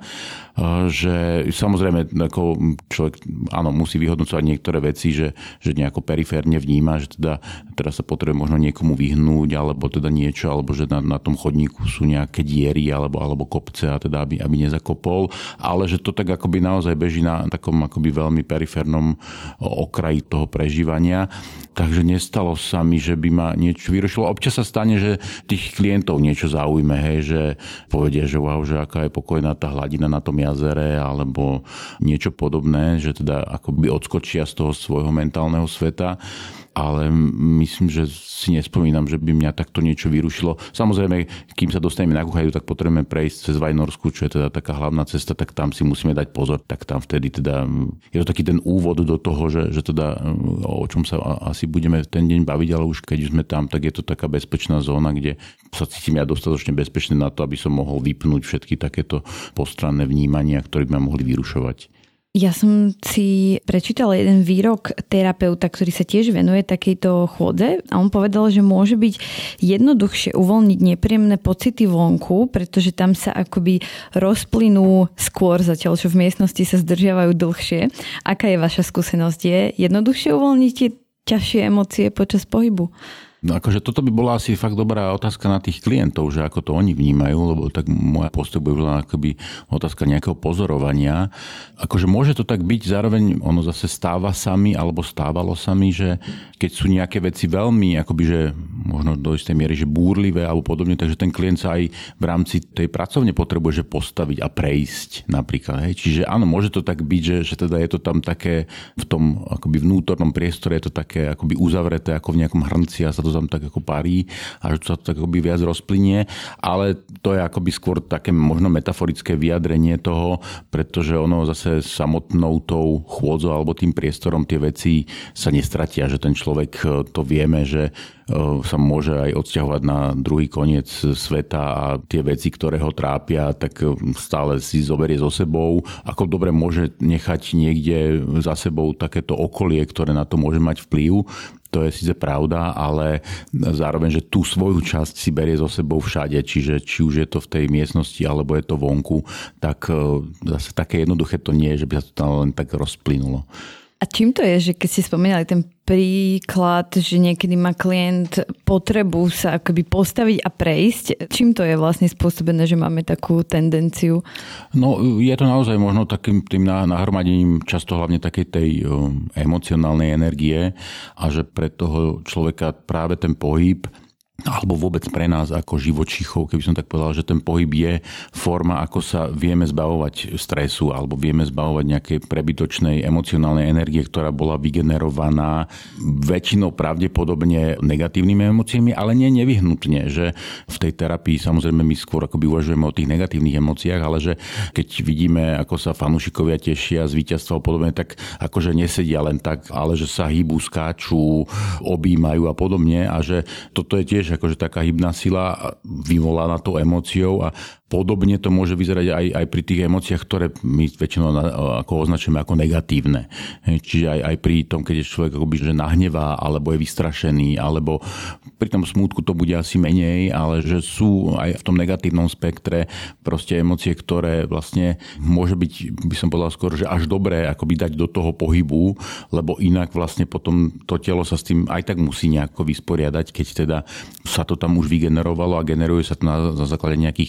že samozrejme ako človek áno, musí vyhodnocovať niektoré veci, že nejako periférne vníma, že teda teraz sa potrebuje možno niekomu vyhnúť alebo teda niečo, alebo že na tom chodníku sú nejaké diery alebo kopce a teda aby nezakopol, ale že to tak akoby naozaj beží na takom akoby veľmi periférnom okraji toho prežívania. Takže nestalo sa mi, že by ma niečo vyrušilo. Občas sa stane, že tých klientov niečo zaujme, hej, že povedia, že wow, že aká je pokojná tá hladina na tom jazere, alebo niečo podobné, že teda akoby odskočia z toho svojho mentálneho sveta. Ale myslím, že si nespomínam, že by mňa takto niečo vyrušilo. Samozrejme, kým sa dostaneme na Kuchajdu, tak potrebujeme prejsť cez Vajnorsku, čo je teda taká hlavná cesta, tak tam si musíme dať pozor. Tak tam vtedy teda je to taký ten úvod do toho, že teda o čom sa asi budeme ten deň baviť, ale už keď sme tam, tak je to taká bezpečná zóna, kde sa cítim ja dostatočne bezpečný na to, aby som mohol vypnúť všetky takéto postranné vnímania, ktoré by ma mohli vyrušovať. Ja som si prečítala jeden výrok terapeuta, ktorý sa tiež venuje takejto chôdze a on povedal, že môže byť jednoduchšie uvoľniť nepríjemné pocity vonku, pretože tam sa akoby rozplynú skôr, zatiaľ čo v miestnosti sa zdržiavajú dlhšie. Aká je vaša skúsenosť? Je jednoduchšie uvoľniť tie ťažšie emócie počas pohybu? No akože toto by bola asi fakt dobrá otázka na tých klientov, že ako to oni vnímajú, lebo tak moja postoj by bola akoby otázka nejakého pozorovania. Akože môže to tak byť, zároveň ono zase stáva sa mi, alebo stávalo sa mi, že keď sú nejaké veci veľmi, akoby že možno do istej miery, že búrlivé alebo podobne, takže ten klient sa aj v rámci tej pracovne potrebuje že postaviť a prejsť napríklad. Hej. Čiže áno, môže to tak byť, že teda je to tam také v tom akoby vnútornom priestore, je to také akoby uzavreté ako v nejakom hrnci a sa to tam tak ako parí a že sa to tak akoby viac rozplynie, ale to je akoby skôr také možno metaforické vyjadrenie toho, pretože ono zase samotnou tou chôdzou alebo tým priestorom tie veci sa nestratia, že ten človek to vieme, že sa môže aj odsťahovať na druhý koniec sveta a tie veci, ktoré ho trápia, tak stále si zoberie so sebou. Ako dobre môže nechať niekde za sebou takéto okolie, ktoré na to môže mať vplyv. To je síce pravda, ale zároveň, že tú svoju časť si berie so sebou všade, čiže či už je to v tej miestnosti, alebo je to vonku, tak zase také jednoduché to nie je, že by sa to tam len tak rozplynulo. A čím to je, že keď ste spomínali ten príklad, že niekedy má klient potrebu sa akoby postaviť a prejsť, čím to je vlastne spôsobené, že máme takú tendenciu? No je to naozaj možno takým tým nahromadením často hlavne takej tej emocionálnej energie a že pre toho človeka práve ten pohyb alebo vôbec pre nás ako živočíchov, keby som tak povedal, že ten pohyb je forma, ako sa vieme zbavovať stresu alebo vieme zbavovať nejakej prebytočnej emocionálnej energie, ktorá bola vygenerovaná väčšinou pravdepodobne negatívnymi emóciami, ale nie nevyhnutne, že v tej terapii samozrejme my skôr akoby uvažujeme o tých negatívnych emóciách, ale že keď vidíme, ako sa fanúšikovia tešia z víťazstva a podobne, tak akože nesedia len tak, ale že sa hýbu, skáču, objímajú a podobne a že toto je tiež akože taká hybná sila vyvolaná tou emóciou a podobne to môže vyzerať aj pri tých emóciách, ktoré my väčšinou ako označujeme ako negatívne. Čiže aj pri tom, keď je človek akoby, že nahnevá, alebo je vystrašený, alebo pri tom smútku to bude asi menej, ale že sú aj v tom negatívnom spektre proste emócie, ktoré vlastne môže byť, by som povedal skôr, že až dobré akoby dať do toho pohybu, lebo inak vlastne potom to telo sa s tým aj tak musí nejako vysporiadať, keď teda sa to tam už vygenerovalo a generuje sa to na základe nejakých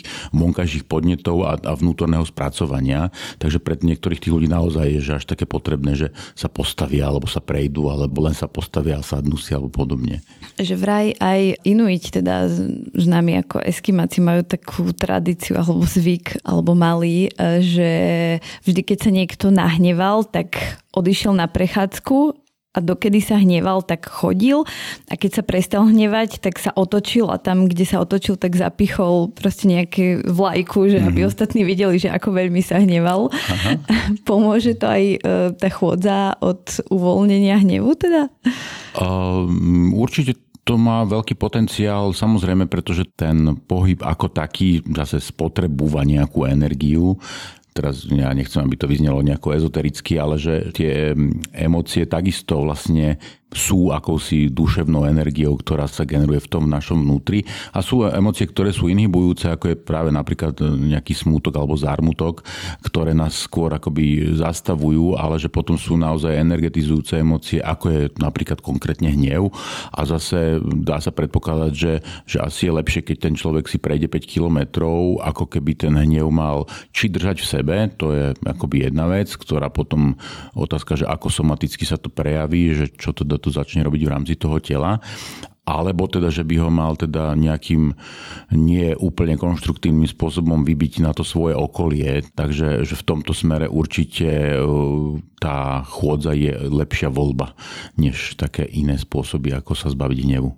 vonkajších podnetov a vnútorného spracovania. Takže pre niektorých tých ľudí naozaj je že až také potrebné, že sa postavia alebo sa prejdú, alebo len sa postavia a sadnú si alebo podobne. Že vraj aj Inuiti, teda známi ako Eskimáci, majú takú tradíciu alebo zvyk, alebo mali, že vždy, keď sa niekto nahneval, tak odišiel na prechádzku a dokedy sa hneval, tak chodil a keď sa prestal hnevať, tak sa otočil a tam, kde sa otočil, tak zapichol proste nejaké vlajku, že aby ostatní videli, že ako veľmi sa hneval. Pomôže to aj tá chôdza od uvoľnenia hnevu teda? Určite to má veľký potenciál, samozrejme, pretože ten pohyb ako taký zase spotrebúva nejakú energiu. Teraz ja nechcem, aby to vyznelo nejako ezotericky, ale že tie emócie takisto vlastne sú akousi duševnou energiou, ktorá sa generuje v tom našom vnútri. A sú emócie, ktoré sú inhibujúce, ako je práve napríklad nejaký smútok alebo zármutok, ktoré nás skôr akoby zastavujú, ale že potom sú naozaj energetizujúce emócie, ako je napríklad konkrétne hnev. A zase dá sa predpokladať, že asi je lepšie, keď ten človek si prejde 5 kilometrov, ako keby ten hnev mal či držať v sebe, to je akoby jedna vec, ktorá potom otázka, že ako somaticky sa to prejaví, že čo teda to začne robiť v rámci toho tela, alebo teda, že by ho mal teda nejakým nie úplne konštruktívnym spôsobom vybiť na to svoje okolie. Takže že v tomto smere určite tá chôdza je lepšia voľba, než také iné spôsoby, ako sa zbaviť hnevu.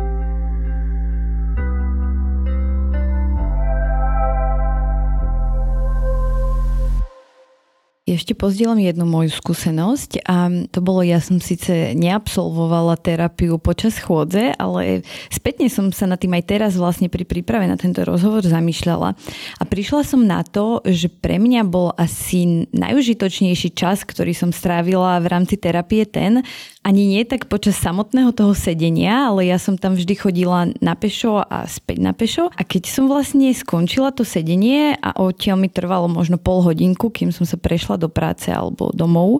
Ešte pozdielam jednu moju skúsenosť a to bolo, ja som síce neabsolvovala terapiu počas chôdze, ale spätne som sa nad tým aj teraz vlastne pri príprave na tento rozhovor zamýšľala. A prišla som na to, že pre mňa bol asi najužitočnejší čas, ktorý som strávila v rámci terapie ten, ani nie tak počas samotného toho sedenia, ale ja som tam vždy chodila na pešo a späť na pešo. A keď som vlastne skončila to sedenie a odtiaľ mi trvalo možno pol hodinku, kým som sa prešla do práce alebo domov.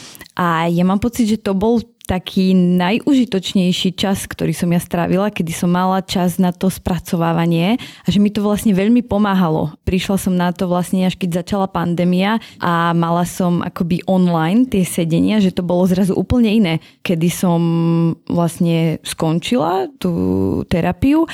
A ja mám pocit, že to bol taký najužitočnejší čas, ktorý som ja strávila, kedy som mala čas na to spracovávanie a že mi to vlastne veľmi pomáhalo. Prišla som na to vlastne až keď začala pandémia a mala som akoby online tie sedenia, že to bolo zrazu úplne iné, kedy som vlastne skončila tú terapiu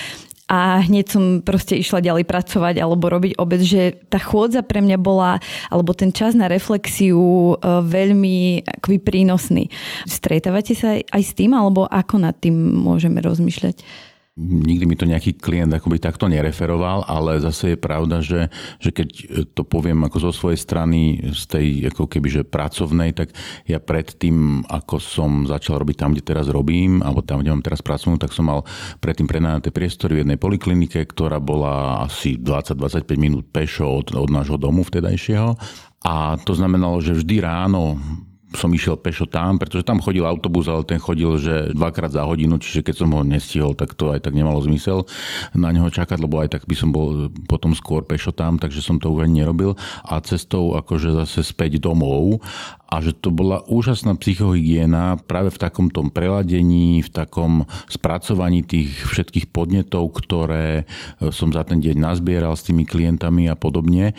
a hneď som proste išla ďalej pracovať alebo robiť obed, že tá chôdza pre mňa bola, alebo ten čas na reflexiu veľmi akoby prínosný. Stretávate sa aj s tým, alebo ako nad tým môžeme rozmýšľať? Nikdy mi to nejaký klient akoby takto nereferoval, ale zase je pravda, že keď to poviem ako zo svojej strany, z tej ako keby, že pracovnej, tak ja predtým, ako som začal robiť tam, kde teraz robím, alebo tam, kde mám teraz pracovnú, tak som mal predtým prenajaté priestory v jednej poliklinike, ktorá bola asi 20-25 minút pešo od nášho domu vtedajšieho. A to znamenalo, že vždy ráno som išiel pešo tam, pretože tam chodil autobus, ale ten chodil, že 2-krát za hodinu, čiže keď som ho nestihol, tak to aj tak nemalo zmysel na neho čakať, lebo aj tak by som bol potom skôr pešo tam, takže som to už ani nerobil. A cestou akože zase späť domov. A že to bola úžasná psychohygiena práve v takom tom preladení, v takom spracovaní tých všetkých podnetov, ktoré som za ten deň nazbieral s tými klientami a podobne.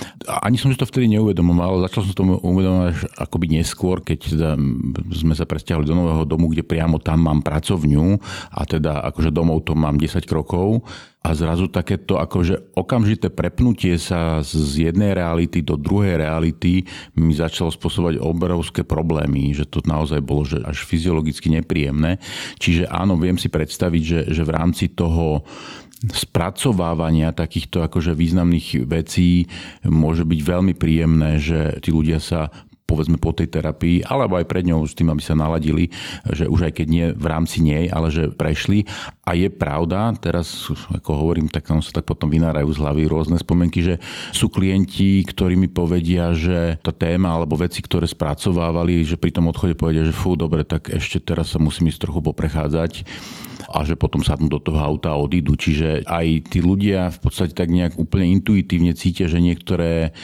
A ani som si to vtedy neuvedomoval, začal som to uvedomovať akoby neskôr, keď teda sme sa presťahovali do nového domu, kde priamo tam mám pracovňu a teda akože domov to mám 10 krokov. A zrazu takéto akože okamžité prepnutie sa z jednej reality do druhej reality mi začalo spôsobovať obrovské problémy, že to naozaj bolo že až fyziologicky nepríjemné. Čiže áno, viem si predstaviť, že v rámci toho spracovávania takýchto akože významných vecí môže byť veľmi príjemné, že tí ľudia sa povedzme po tej terapii, alebo aj pred ňou s tým, aby sa naladili, že už aj keď nie v rámci nej, ale že prešli. A je pravda, teraz ako hovorím, tak sa tak potom vynárajú z hlavy rôzne spomienky, že sú klienti, ktorí mi povedia, že tá téma alebo veci, ktoré spracovávali, že pri tom odchode povedia, že fú, dobre, tak ešte teraz sa musím ísť trochu poprechádzať a že potom sadnú do toho auta a odídu. Čiže aj tí ľudia v podstate tak nejak úplne intuitívne cítia, že niektoré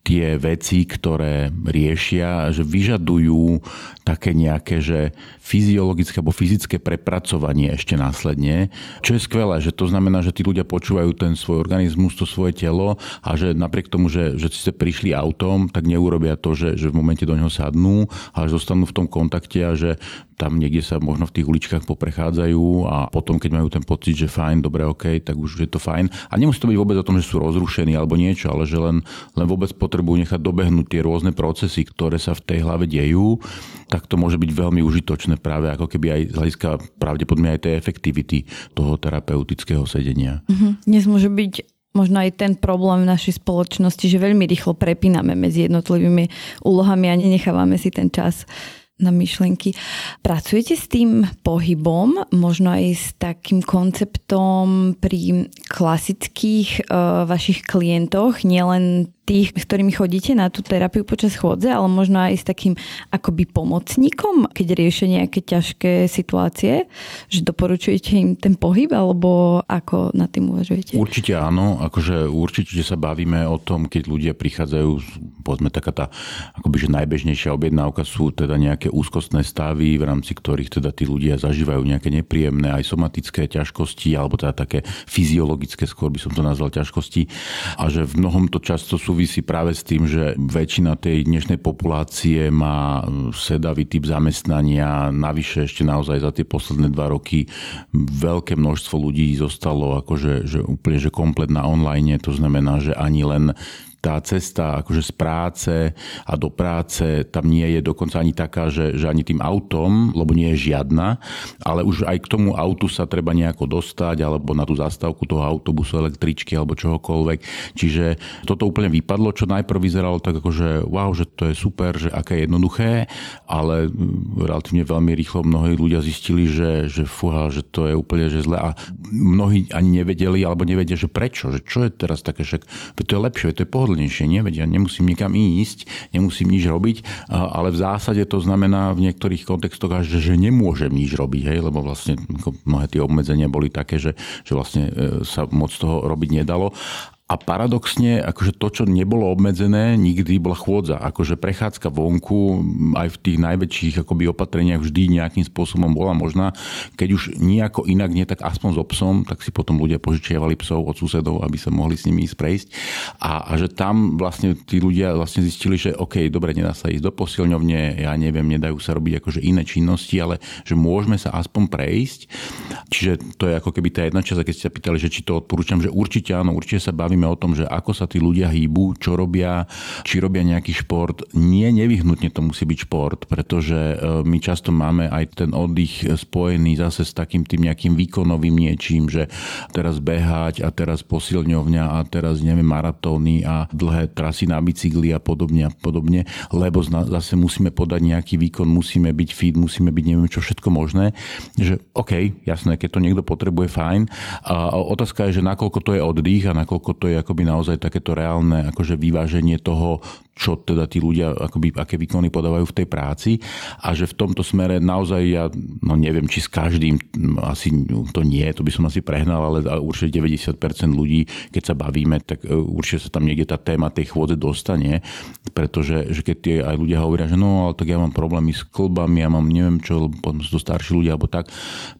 tie veci, ktoré riešia, že vyžadujú také nejaké, že fyziologické alebo fyzické prepracovanie ešte následne, čo je skvelé, že to znamená, že tí ľudia počúvajú ten svoj organizmus, to svoje telo a že napriek tomu, že ste prišli autom, tak neurobia to, že v momente do neho sadnú, ale zostanú v tom kontakte a že tam niekde sa možno v tých uličkách poprechádzajú a potom, keď majú ten pocit, že fajn, dobre, OK, tak už je to fajn. A nemusí to byť vôbec o tom, že sú rozrušení alebo niečo, ale že len vôbec potrebujú nechať dobehnúť tie rôzne procesy, ktoré sa v tej hlave dejú, tak to môže byť veľmi užitočné práve ako keby aj z hľadiska pravdepodobne aj tej efektivity toho terapeutického sedenia. Dnes môže byť možno aj ten problém v našej spoločnosti, že veľmi rýchlo prepíname medzi jednotlivými úlohami a nenechávame si ten čas na myšlienky. Pracujete s tým pohybom, možno aj s takým konceptom pri klasických vašich klientoch, nielen tých, s ktorými chodíte na tú terapiu počas chôdze, ale možno aj s takým akoby pomocníkom, keď riešia nejaké ťažké situácie, že doporučujete im ten pohyb, alebo ako nad tým uvažujete? Určite áno, akože určite sa bavíme o tom, keď ľudia prichádzajú, povedzme taká tá akoby že najbežnejšia objednávka sú teda nejaké úzkostné stavy, v rámci ktorých teda tí ľudia zažívajú nejaké nepríjemné aj somatické ťažkosti, alebo teda také fyziologické, skôr by som to nazval ťažkosti, a že v mnohom to často súvisí práve s tým, že väčšina tej dnešnej populácie má sedavý typ zamestnania, navyše ešte naozaj za tie posledné 2 roky veľké množstvo ľudí zostalo akože že úplne že komplet na online, to znamená, že ani len tá cesta akože z práce a do práce tam nie je dokonca ani taká, že ani tým autom, lebo nie je žiadna, ale už aj k tomu autu sa treba nejako dostať, alebo na tú zastávku toho autobusu, električky alebo čohokoľvek. Čiže toto úplne vypadlo, čo najprv vyzeralo tak ako, že wow, že to je super, že aké jednoduché, ale relatívne veľmi rýchlo mnohí ľudia zistili, že fúha, že to je úplne že zle a mnohí ani nevedeli alebo nevedia, že prečo, že čo je teraz také, že to je lepšie, to je pohodlnejšie, nevedia, nemusím nikam ísť, nemusím nič robiť, ale v zásade to znamená v niektorých kontextoch až, že nemôžem nič robiť, hej, lebo vlastne mnohé tie obmedzenia boli také, že vlastne sa moc toho robiť nedalo. A paradoxne, akože to, čo nebolo obmedzené, nikdy bola chôdza. Akože prechádzka vonku aj v tých najväčších akoby opatreniach vždy nejakým spôsobom bola možná. Keď už nejako inak nie, tak aspoň s obsom, tak si potom ľudia požičiavali psov od susedov, aby sa mohli s nimi ísť prejsť. A že tam vlastne tí ľudia vlastne zistili, že OK, dobre, nedá sa ísť do posilňovne, ja neviem, nedajú sa robiť akože iné činnosti, ale že môžeme sa aspoň prejsť. Čiže to je ako keby tá jedna časť, keď ste sa pýtali, že či to odporúčam, že určite áno, určite sa bavíme o tom, že ako sa tí ľudia hýbu, čo robia, či robia nejaký šport. Nie, nevyhnutne to musí byť šport, pretože my často máme aj ten oddych spojený zase s takým tým nejakým výkonovým niečím, že teraz behať a teraz posilňovňa a teraz neviem maratóny a dlhé trasy na bicykli a podobne, lebo zase musíme podať nejaký výkon, musíme byť fit, musíme byť neviem čo všetko možné. Že OK, jasné, keď to niekto potrebuje, fajn. A otázka je, že nakoľko to je oddych a nakoľko to je akoby naozaj takéto reálne akože vyváženie toho, čo teda tí ľudia, akoby, aké výkony podávajú v tej práci a že v tomto smere naozaj ja, no neviem, či s každým, asi to nie, to by som asi prehnal, ale určite 90% ľudí, keď sa bavíme, tak určite sa tam niekde tá téma tej chôdze dostane, pretože že keď tie aj ľudia hovoria, že no, ale tak ja mám problémy s kĺbami, ja mám neviem čo, potom sú to starší ľudia, alebo tak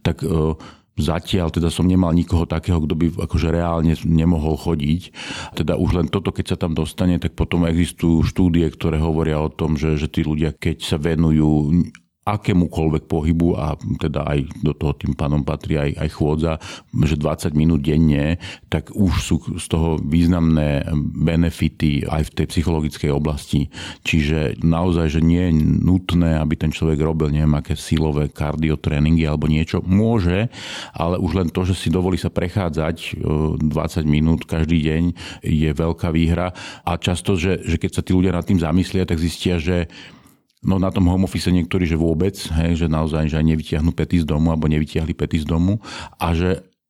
zatiaľ teda som nemal nikoho takého, kto by akože reálne nemohol chodiť. Teda už len toto, keď sa tam dostane, tak potom existujú štúdie, ktoré hovoria o tom, že tí ľudia, keď sa venujú akémukoľvek pohybu a teda aj do toho tým pádom patrí aj chôdza, že 20 minút denne, tak už sú z toho významné benefity aj v tej psychologickej oblasti. Čiže naozaj, že nie je nutné, aby ten človek robil neviem aké silové kardiotréningy alebo niečo. Môže, ale už len to, že si dovolí sa prechádzať 20 minút každý deň je veľká výhra a často, že keď sa tí ľudia nad tým zamyslia, tak zistia, že no na tom home office niektorí, že vôbec, hej, že naozaj že aj nevytiahnu pety z domu alebo nevytiahli pety z domu a že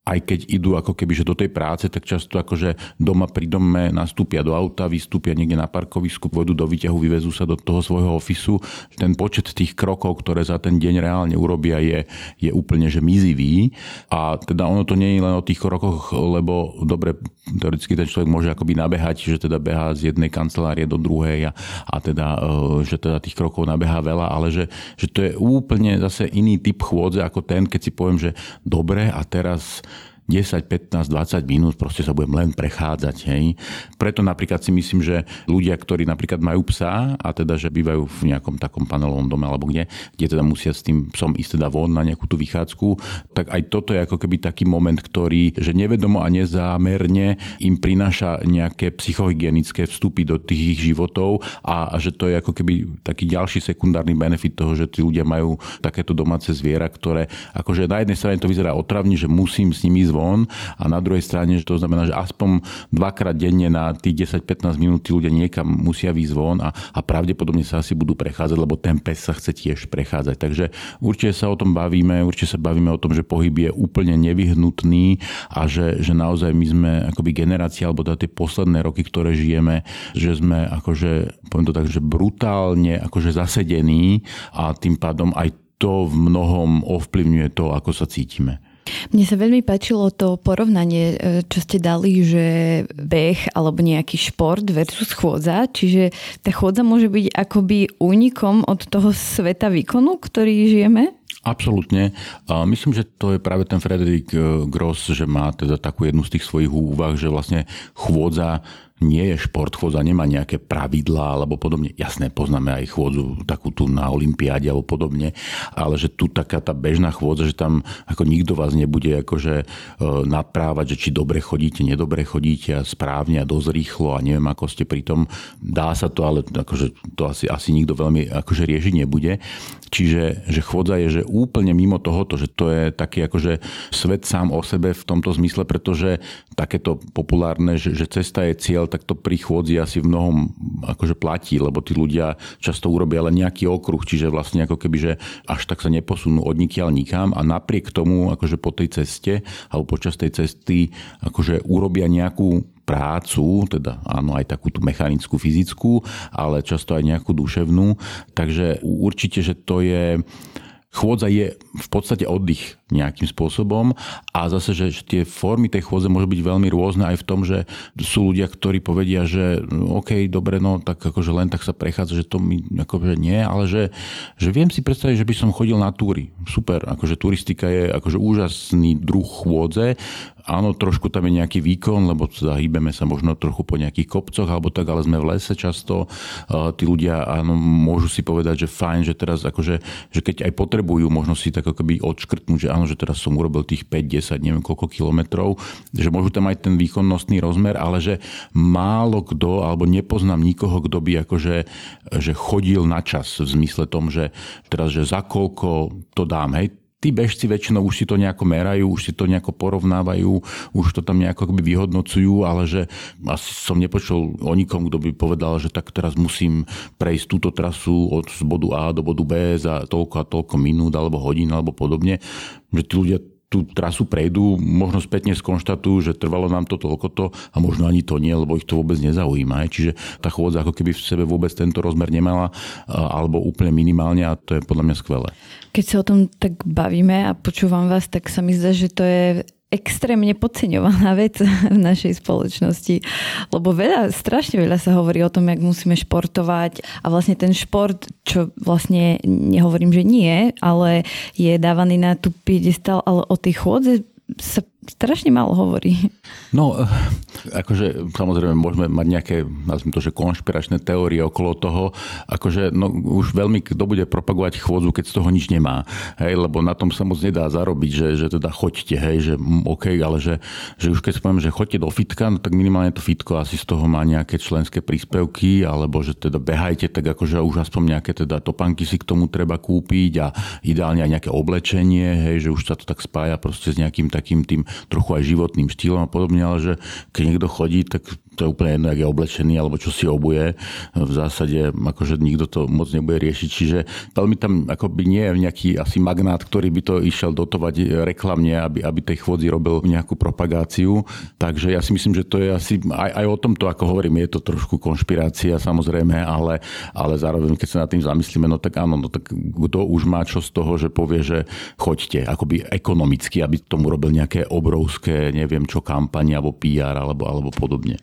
aj keď idú ako keby že do tej práce, tak často akože doma pri dome nastúpia do auta, vystúpia niekde na parkovisku, pôjdu do výťahu, vyvezú sa do toho svojho ofisu. Ten počet tých krokov, ktoré za ten deň reálne urobia, je úplne že mizivý. A teda ono to nie je len o tých krokoch, lebo dobre, teoreticky ten človek môže akoby nabehať, že teda behá z jednej kancelárie do druhej a teda, že teda tých krokov nabehá veľa, ale že to je úplne zase iný typ chôdze ako ten, keď si poviem, že dobre a teraz 10, 15, 20 minút proste sa budem len prechádzať. Hej. Preto napríklad si myslím, že ľudia, ktorí napríklad majú psa a teda, že bývajú v nejakom takom panelovom dome alebo kde teda musia s tým psom ísť teda von na nejakú tú vychádzku, tak aj toto je ako keby taký moment, ktorý, že nevedomo a nezámerne im prináša nejaké psychohygienické vstupy do tých ich životov a že to je ako keby taký ďalší sekundárny benefit toho, že tí ľudia majú takéto domáce zviera, ktoré akože na jednej strane to vyzerá otravne, že musím s nimi von a na druhej strane, že to znamená, že aspoň dvakrát denne na tých 10-15 minút tí ľudia niekam musia výjsť von a pravdepodobne sa asi budú prechádzať, lebo ten pes sa chce tiež prechádzať. Takže určite sa o tom bavíme, určite sa bavíme o tom, že pohyb je úplne nevyhnutný a že naozaj my sme akoby generácia, alebo tie posledné roky, ktoré žijeme, že sme akože, poviem to tak, že brutálne akože zasedení a tým pádom aj to v mnohom ovplyvňuje to, ako sa cítime. Mne sa veľmi páčilo to porovnanie, čo ste dali, že beh alebo nejaký šport versus chôdza, čiže tá chôdza môže byť akoby únikom od toho sveta výkonu, ktorý žijeme? Absolútne. Myslím, že to je práve ten Frederick Gross, že má teda takú jednu z tých svojich úvah, že vlastne chôdza nie je šport, chôdza nemá nejaké pravidlá alebo podobne. Jasné, poznáme aj chôdzu takú tu na olympiáde alebo podobne, ale že tu taká tá bežná chôdza, že tam ako nikto vás nebude akože naprávať, že či dobre chodíte, nedobre chodíte a správne a dosť rýchlo a neviem, ako ste pri tom. Dá sa to, ale akože to asi nikto veľmi akože riešiť nebude. Čiže že chôdza je že úplne mimo tohoto, že to je taký akože svet sám o sebe v tomto zmysle, pretože takéto populárne, že cesta je cieľ, tak to pri chôdzi asi v mnohom akože platí, lebo tí ľudia často urobia len nejaký okruh, čiže vlastne ako keby, že až tak sa neposunú odnikiaľ nikam a napriek tomu akože po tej ceste alebo počas tej cesty akože urobia nejakú prácu, teda áno, aj takú tú mechanickú, fyzickú, ale často aj nejakú duševnú. Takže určite, že to je... Chôdza je v podstate oddych nejakým spôsobom a zase, že tie formy tej chôdze môžu byť veľmi rôzne aj v tom, že sú ľudia, ktorí povedia, že OK, dobre, no tak akože len tak sa prechádza, že to mi akože nie, ale že viem si predstaviť, že by som chodil na túry. Super, akože turistika je akože úžasný druh chôdze. Áno, trošku tam je nejaký výkon, lebo teda hýbeme sa možno trochu po nejakých kopcoch alebo tak, ale sme v lese často. Tí ľudia áno, môžu si povedať, že fajn, že teraz akože, že keď aj potrebujú možno si tak akoby odškrtnúť, že áno, že teraz som urobil tých 5, 10, neviem koľko kilometrov, že môžu tam aj ten výkonnostný rozmer, ale že málo kto, alebo nepoznám nikoho, kto by akože že chodil na čas v zmysle tom, že teraz, že za koľko to dám, hej. Tí bežci väčšinou už si to nejako merajú, už si to nejako porovnávajú, už to tam nejako vyhodnocujú, ale že asi som nepočul o nikom, kto by povedal, že tak teraz musím prejsť túto trasu od bodu A do bodu B za toľko a toľko minút alebo hodín alebo podobne. Že tí ľudia tú trasu prejdú, možno spätne skonštatujú, že trvalo nám to toľkoto a možno ani to nie, lebo ich to vôbec nezaujíma. Čiže tá chôdza ako keby v sebe vôbec tento rozmer nemala alebo úplne minimálne a to je podľa mňa skvelé. Keď sa o tom tak bavíme a počúvam vás, tak sa mi zdá, že to je extrémne podceňovaná vec v našej spoločnosti. Lebo strašne veľa sa hovorí o tom, jak musíme športovať a vlastne ten šport, čo vlastne nehovorím, že nie, ale je dávaný na tú piedestal, ale o tej chôdze sa strašne málo hovorí. No, akože samozrejme môžeme mať nejaké, nazvime to, že konšpiračné teórie okolo toho, akože no už veľmi kto bude propagovať chôdzu, keď z toho nič nemá. Hej, lebo na tom sa moc nedá zarobiť, že teda choďte, hej, že OK, ale že už keď poviem, že choďte do fitka, no tak minimálne to fitko asi z toho má nejaké členské príspevky, alebo že teda behajte, tak akože už aspoň nejaké teda topánky si k tomu treba kúpiť a ideálne aj nejaké oblečenie, hej, že už sa to tak spája proste s nejakým takým tým trochu aj životným štýlom a podobne, ale že keď niekto chodí, tak to je úplne jedno, jak je oblečený alebo čo si obuje. V zásade akože nikto to moc nebude riešiť, čiže veľmi tam akoby nie je nejaký asi magnát, ktorý by to išiel dotovať reklamne, aby tej chôdzi robil nejakú propagáciu. Takže ja si myslím, že to je asi aj o tomto, ako hovorím, je to trošku konšpirácia samozrejme, ale zároveň, keď sa nad tým zamyslíme, no tak áno, no tak kto už má čo z toho, že povie, že choďte, akoby ekonomicky, aby tomu robil nejaké obrovské, neviem čo, kampane alebo PR alebo podobne.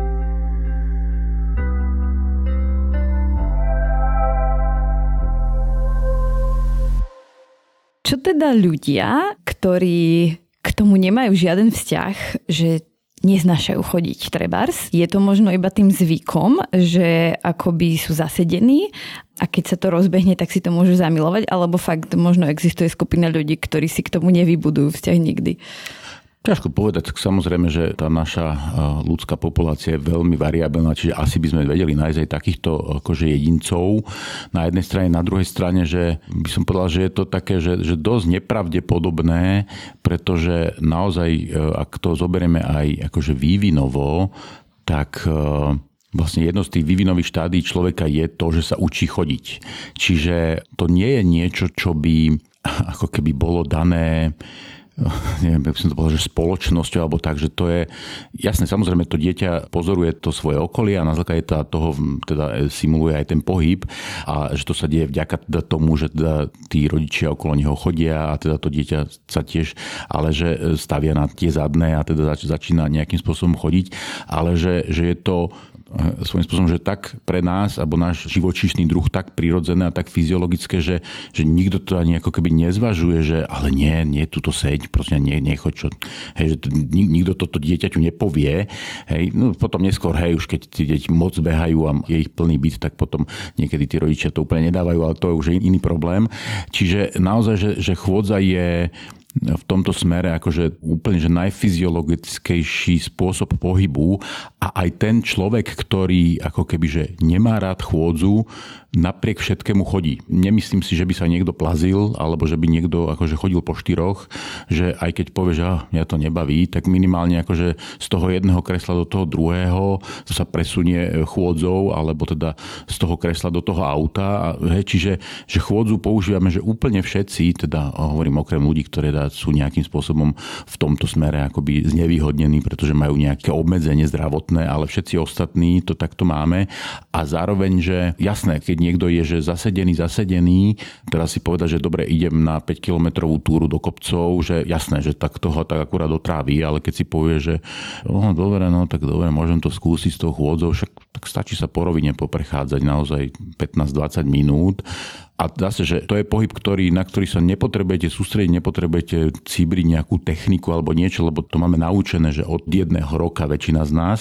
Čo teda ľudia, ktorí k tomu nemajú žiaden vzťah, že neznášajú chodiť trebárs? Je to možno iba tým zvykom, že akoby sú zasedení a keď sa to rozbehne, tak si to môžu zamilovať, alebo fakt možno existuje skupina ľudí, ktorí si k tomu nevybudujú vzťah nikdy? Ťažko povedať, samozrejme, že tá naša ľudská populácia je veľmi variabilná, čiže asi by sme vedeli nájsť aj takýchto akože jedincov na jednej strane, na druhej strane, že by som povedal, že je to také, že dosť nepravdepodobné, pretože naozaj, ak to zoberieme aj akože vývinovo, tak vlastne jedno z tých vývinových štádí človeka je to, že sa učí chodiť. Čiže to nie je niečo, čo by ako keby bolo dané, neviem, by som to povedal, že spoločnosťou, alebo tak, že to je jasné, samozrejme to dieťa pozoruje to svoje okolie a na základe toho teda simuluje aj ten pohyb a že to sa deje vďaka teda tomu, že teda tí rodičia okolo neho chodia a teda to dieťa sa tiež, ale že stavia na tie zadné a teda začína nejakým spôsobom chodiť, ale že je to svojím spôsobom, že tak pre nás, alebo náš živočíšny druh tak prirodzené a tak fyziologické, že nikto to ani ako keby nezvažuje, že ale nie, tuto seď, proste nechoď čo. Hej, že nikto toto dieťaťu nepovie. Hej, no potom neskôr, hej, už keď tie deti moc behajú a je ich plný byt, tak potom niekedy tí rodičia to úplne nedávajú, ale to je už iný problém. Čiže naozaj, že chôdza je v tomto smere akože úplne že najfyziologickejší spôsob pohybu a aj ten človek, ktorý ako keby že nemá rád chôdzu, napriek všetkému chodí. Nemyslím si, že by sa niekto plazil, alebo že by niekto akože chodil po štyroch, že aj keď povie, že mňa to nebaví, tak minimálne akože z toho jedného kresla do toho druhého sa presunie chôdzou, alebo teda z toho kresla do toho auta. Čiže že chôdzu používame, že úplne všetci, teda hovorím okrem ľudí, ktoré sú nejakým spôsobom v tomto smere akoby znevýhodnení, pretože majú nejaké obmedzenie zdravotné, ale všetci ostatní to takto máme. A zároveň, že jasné, keď niekto je že zasedený, teraz si povedať, že dobre, idem na 5-kilometrovú túru do kopcov, že jasné, že tak toho tak akurát otráví, ale keď si povie, že dobre, môžem to skúsiť s tou chôdzou, však tak stačí sa po rovine poprechádzať naozaj 15-20 minút. A zase, že to je pohyb, na ktorý sa nepotrebujete sústrediť, nepotrebujete cíbriť nejakú techniku alebo niečo, lebo to máme naučené, že od 1 roka väčšina z nás,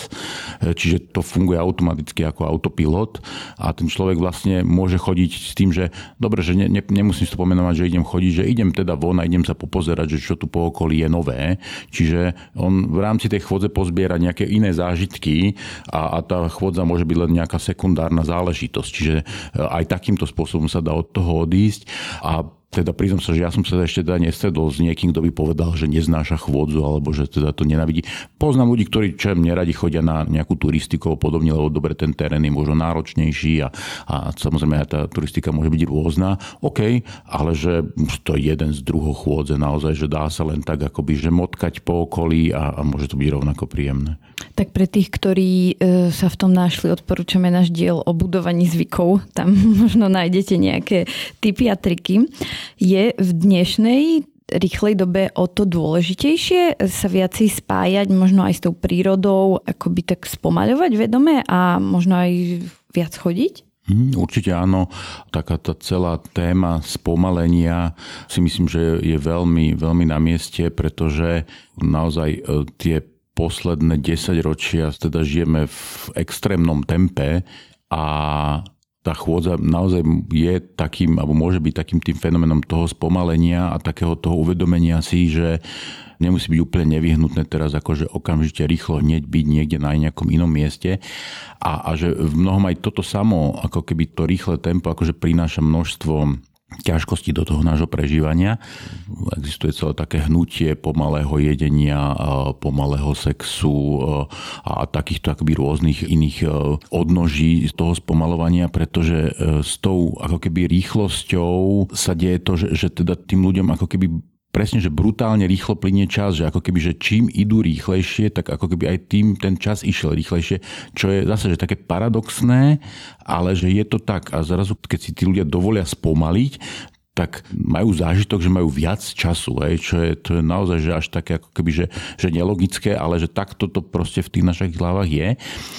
čiže to funguje automaticky ako autopilot a ten človek vlastne môže chodiť s tým, že dobre, že nemusím si to pomenovať, že idem chodiť, že idem teda von a idem sa popozerať, že čo tu po okolí je nové. Čiže on v rámci tej chôdze pozbiera nejaké iné zážitky a tá chôdza môže byť len nejaká sekundárna záležitosť. Čiže aj takýmto spôsobom sa dá od toho odísť a teda priznám sa, že ja som sa ešte nestredol s niekým, kto by povedal, že neznáša chôdzu alebo že teda to nenávidí. Poznám ľudí, ktorí neradi chodia na nejakú turistiku podobne, lebo dobre, ten terén je možno náročnejší a samozrejme aj tá turistika môže byť rôzna. OK, ale že to je jeden z druhov chôdze naozaj, že dá sa len tak akoby, že motkať po okolí a môže to byť rovnako príjemné. Tak pre tých, ktorí sa v tom našli, odporúčame náš diel o budovaní zvykov. Tam možno nájdete nejaké tipy a triky. Je v dnešnej rýchlej dobe o to dôležitejšie sa viacej spájať možno aj s tou prírodou, akoby tak spomaľovať vedome a možno aj viac chodiť? Určite áno. Taká tá celá téma spomalenia si myslím, že je veľmi, veľmi na mieste, pretože naozaj tie posledné 10 ročia teda žijeme v extrémnom tempe a tá chôdza naozaj je takým, alebo môže byť takým tým fenoménom toho spomalenia a takého toho uvedomenia si, že nemusí byť úplne nevyhnutné teraz akože okamžite rýchlo hneď byť niekde na nejakom inom mieste a že v mnohom aj toto samo, ako keby to rýchle tempo akože prináša množstvo ťažkosti do toho nášho prežívania. Existuje celé také hnutie pomalého jedenia, pomalého sexu a takýchto akoby rôznych iných odnoží z toho spomalovania, pretože s tou ako keby rýchlosťou sa deje to, že teda tým ľuďom ako keby presne, že brutálne rýchlo plynie čas, že ako keby, že čím idú rýchlejšie, tak ako keby aj tým ten čas išiel rýchlejšie, čo je zase, že také paradoxné, ale že je to tak a zrazu, keď si tí ľudia dovolia spomaliť, tak majú zážitok, že majú viac času, to je naozaj že až také ako keby, že nelogické, ale že takto to proste v tých našich hlavách je.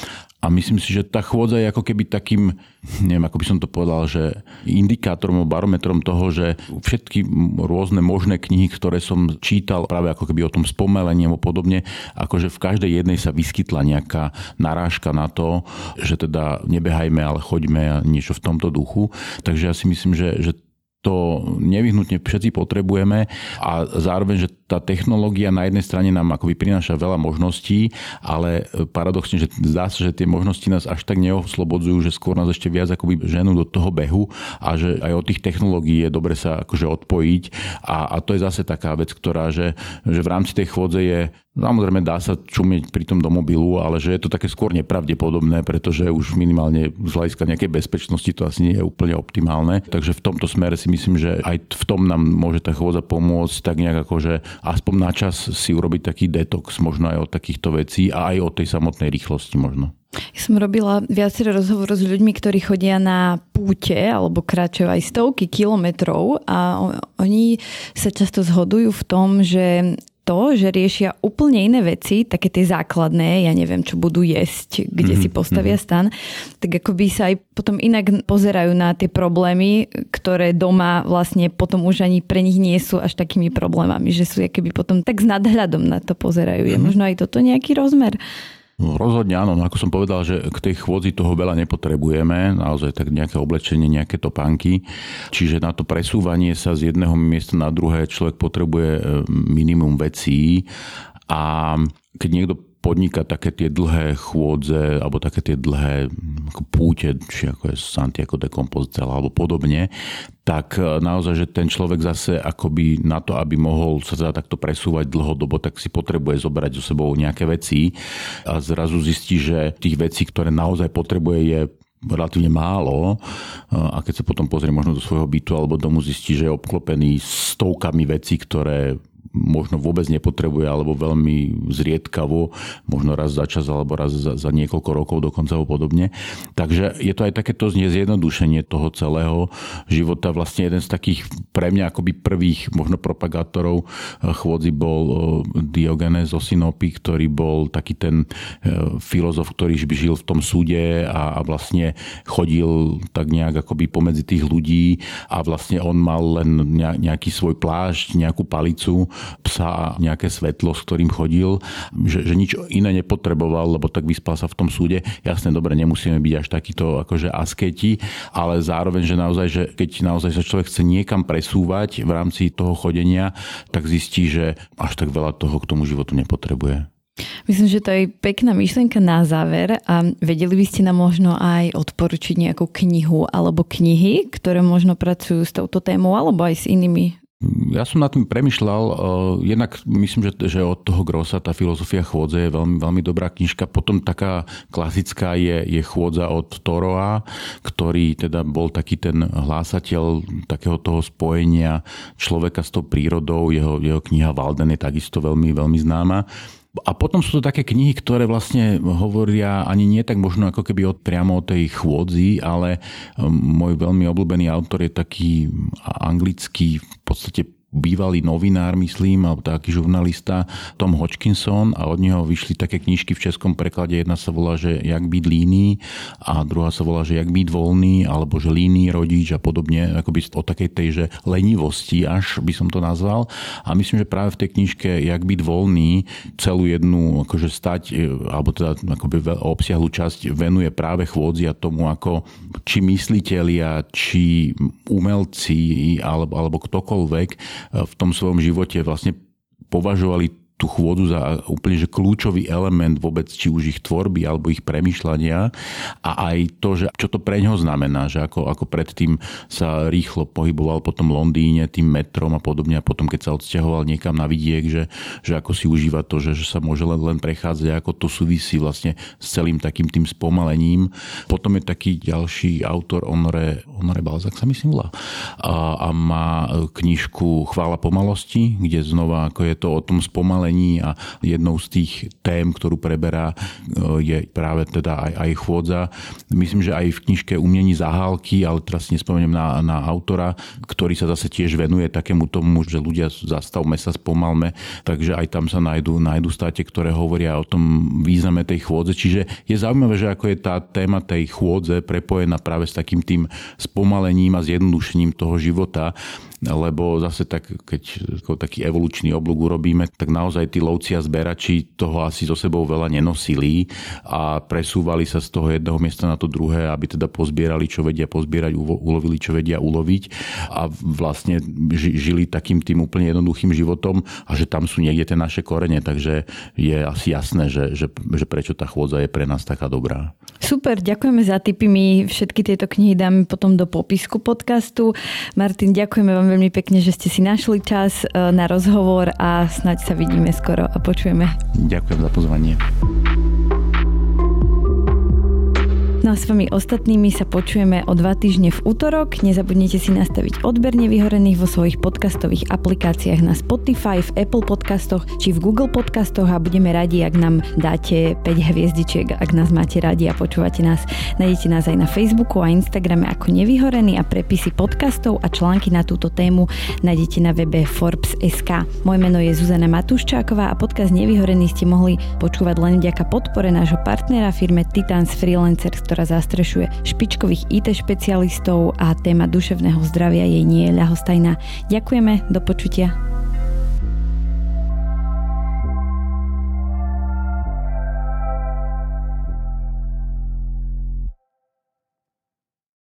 A myslím si, že tá chôdza je ako keby takým, neviem, ako by som to povedal, že indikátorom, barometrom toho, že všetky rôzne možné knihy, ktoré som čítal práve ako keby o tom spomalení a podobne, akože v každej jednej sa vyskytla nejaká narážka na to, že teda nebehajme, ale choďme a niečo v tomto duchu. Takže ja si myslím, že to nevyhnutne všetci potrebujeme a zároveň, že tá technológia na jednej strane nám akoby prináša veľa možností, ale paradoxne, že zdá sa, že tie možnosti nás až tak neoslobodzujú, že skôr nás ešte viac akoby ženú do toho behu a že aj od tých technológií je dobre sa akože odpojiť a to je zase taká vec, ktorá, že v rámci tej chôdze je, samozrejme dá sa čumieť pri tom do mobilu, ale že je to také skôr nepravdepodobné, pretože už minimálne z hľadiska nejakej bezpečnosti to asi nie je úplne optimálne. Takže v tomto smere si myslím, že aj v tom nám môže tá chôdza pomôcť tak nejak akože aspoň na čas si urobiť taký detox možno aj od takýchto vecí a aj od tej samotnej rýchlosti možno. Ja som robila viacero rozhovorov s ľuďmi, ktorí chodia na púte alebo kráčajú aj stovky kilometrov a oni sa často zhodujú v tom, že to, že riešia úplne iné veci, také tie základné, ja neviem, čo budú jesť, kde si postavia stan, tak akoby sa aj potom inak pozerajú na tie problémy, ktoré doma vlastne potom už ani pre nich nie sú až takými problémami, že sú akoby potom tak s nadhľadom na to pozerajú. Je možno aj toto nejaký rozmer? Rozhodne áno, no ako som povedal, že k tej chôdzi toho veľa nepotrebujeme, naozaj tak nejaké oblečenie, nejaké topánky, čiže na to presúvanie sa z jedného miesta na druhé človek potrebuje minimum vecí a keď niekto podniká také tie dlhé chôdze alebo také tie dlhé púte, či ako je Santiago de Compostela alebo podobne, tak naozaj, že ten človek zase akoby na to, aby mohol sa teda takto presúvať dlhodobo, tak si potrebuje zobrať so sebou nejaké veci a zrazu zistí, že tých vecí, ktoré naozaj potrebuje, je relatívne málo a keď sa potom pozrie možno do svojho bytu alebo domu, zistí, že je obklopený stovkami vecí, ktoré možno vôbec nepotrebuje alebo veľmi zriedkavo, možno raz za čas alebo raz za niekoľko rokov dokonca podobne. Takže je to aj takéto zjednodušenie toho celého života. Vlastne jeden z takých pre mňa akoby prvých možno propagátorov chôdzi bol Diogenes Osinopy, ktorý bol taký ten filozof, ktorý žil v tom súde a vlastne chodil tak nejak akoby pomedzi tých ľudí a vlastne on mal len nejaký svoj plášť, nejakú palicu, psa a nejaké svetlo, s ktorým chodil, že nič iné nepotreboval, lebo tak vyspal sa v tom súde. Jasné, dobre, nemusíme byť až takýto akože asketi, ale zároveň, že naozaj, že keď naozaj sa človek chce niekam presúvať v rámci toho chodenia, tak zistí, že až tak veľa toho k tomu životu nepotrebuje. Myslím, že to je pekná myšlienka na záver a vedeli by ste nám možno aj odporučiť nejakú knihu alebo knihy, ktoré možno pracujú s touto témou alebo aj s inými. Ja som nad tým premyšľal, jednak myslím, že od toho Grossa tá filozofia chôdze je veľmi, veľmi dobrá knižka. Potom taká klasická je Chôdza od Thoreaua, ktorý teda bol taký ten hlásateľ takého toho spojenia človeka s tou prírodou. Jeho kniha Walden je takisto veľmi, veľmi známa. A potom sú to také knihy, ktoré vlastne hovoria ani nie tak možno ako keby priamo o tej chôdzi, ale môj veľmi obľúbený autor je taký anglický, v podstate bývalý novinár, myslím, alebo taký žurnalista Tom Hodgkinson a od neho vyšli také knižky v českom preklade. Jedna sa volá, že Jak byť líný a druhá sa volá, že Jak byť voľný alebo že líný rodič a podobne, akoby o takej tej, že lenivosti až by som to nazval. A myslím, že práve v tej knižke Jak byť voľný celú jednu akože stať, alebo teda akoby obsiahlu časť venuje práve chôdzi a tomu, ako či myslitelia, či umelci alebo ktokoľvek v tom svojom živote vlastne považovali tú chôdzu za úplne že kľúčový element vôbec, či už ich tvorby alebo ich premýšľania a aj to, že čo to pre ňoho znamená, že ako predtým sa rýchlo pohyboval po tom Londýne, tým metrom a podobne a potom keď sa odsťahoval niekam na vidiek, že ako si užíva to, že sa môže len prechádzať, ako to súvisí vlastne s celým takým tým spomalením. Potom je taký ďalší autor Honoré Balzac sa myslím volá a má knižku Chvála pomalosti, kde znova ako je to o tom spomalení a jednou z tých tém, ktorú preberá, je práve teda aj chôdza. Myslím, že aj v knižke Umiení zahálky, ale teraz nespomeniem na autora, ktorý sa zase tiež venuje takému tomu, že ľudia zastavme sa, spomalme, takže aj tam sa nájdú státe, ktoré hovoria o tom význame tej chôdze. Čiže je zaujímavé, že ako je tá téma tej chôdze prepojená práve s takým tým spomalením a zjednodušením toho života, lebo zase tak, keď taký evolučný oblúk urobíme, tak naozaj tí lovci a zberači toho asi so sebou veľa nenosili a presúvali sa z toho jedného miesta na to druhé, aby teda pozbierali, čo vedia pozbierať, ulovili, čo vedia uloviť a vlastne žili takým tým úplne jednoduchým životom a že tam sú niekde tie naše korene, takže je asi jasné, že prečo tá chôdza je pre nás taká dobrá. Super, ďakujeme za tipy. My všetky tieto knihy dáme potom do popisku podcastu. Martin, ďakujeme vám veľmi pekne, že ste si našli čas na rozhovor a snáď sa vidíme skoro a počujeme. Ďakujem za pozvanie. No a s vami ostatnými sa počujeme o 2 týždne v utorok. Nezabudnite si nastaviť odber Nevyhorených vo svojich podcastových aplikáciách na Spotify, v Apple podcastoch či v Google podcastoch a budeme radi, ak nám dáte 5 hviezdičiek, ak nás máte radi a počúvate nás. Nájdete nás aj na Facebooku a Instagrame ako Nevyhorení a prepisy podcastov a články na túto tému nájdete na webe Forbes.sk. Moje meno je Zuzana Matúščáková a podcast Nevyhorení ste mohli počúvať len vďaka podpore nášho partnera firme Titans Freelancers, ktorá zastrešuje špičkových IT špecialistov a téma duševného zdravia jej nie je ľahostajná. Ďakujeme, do počutia.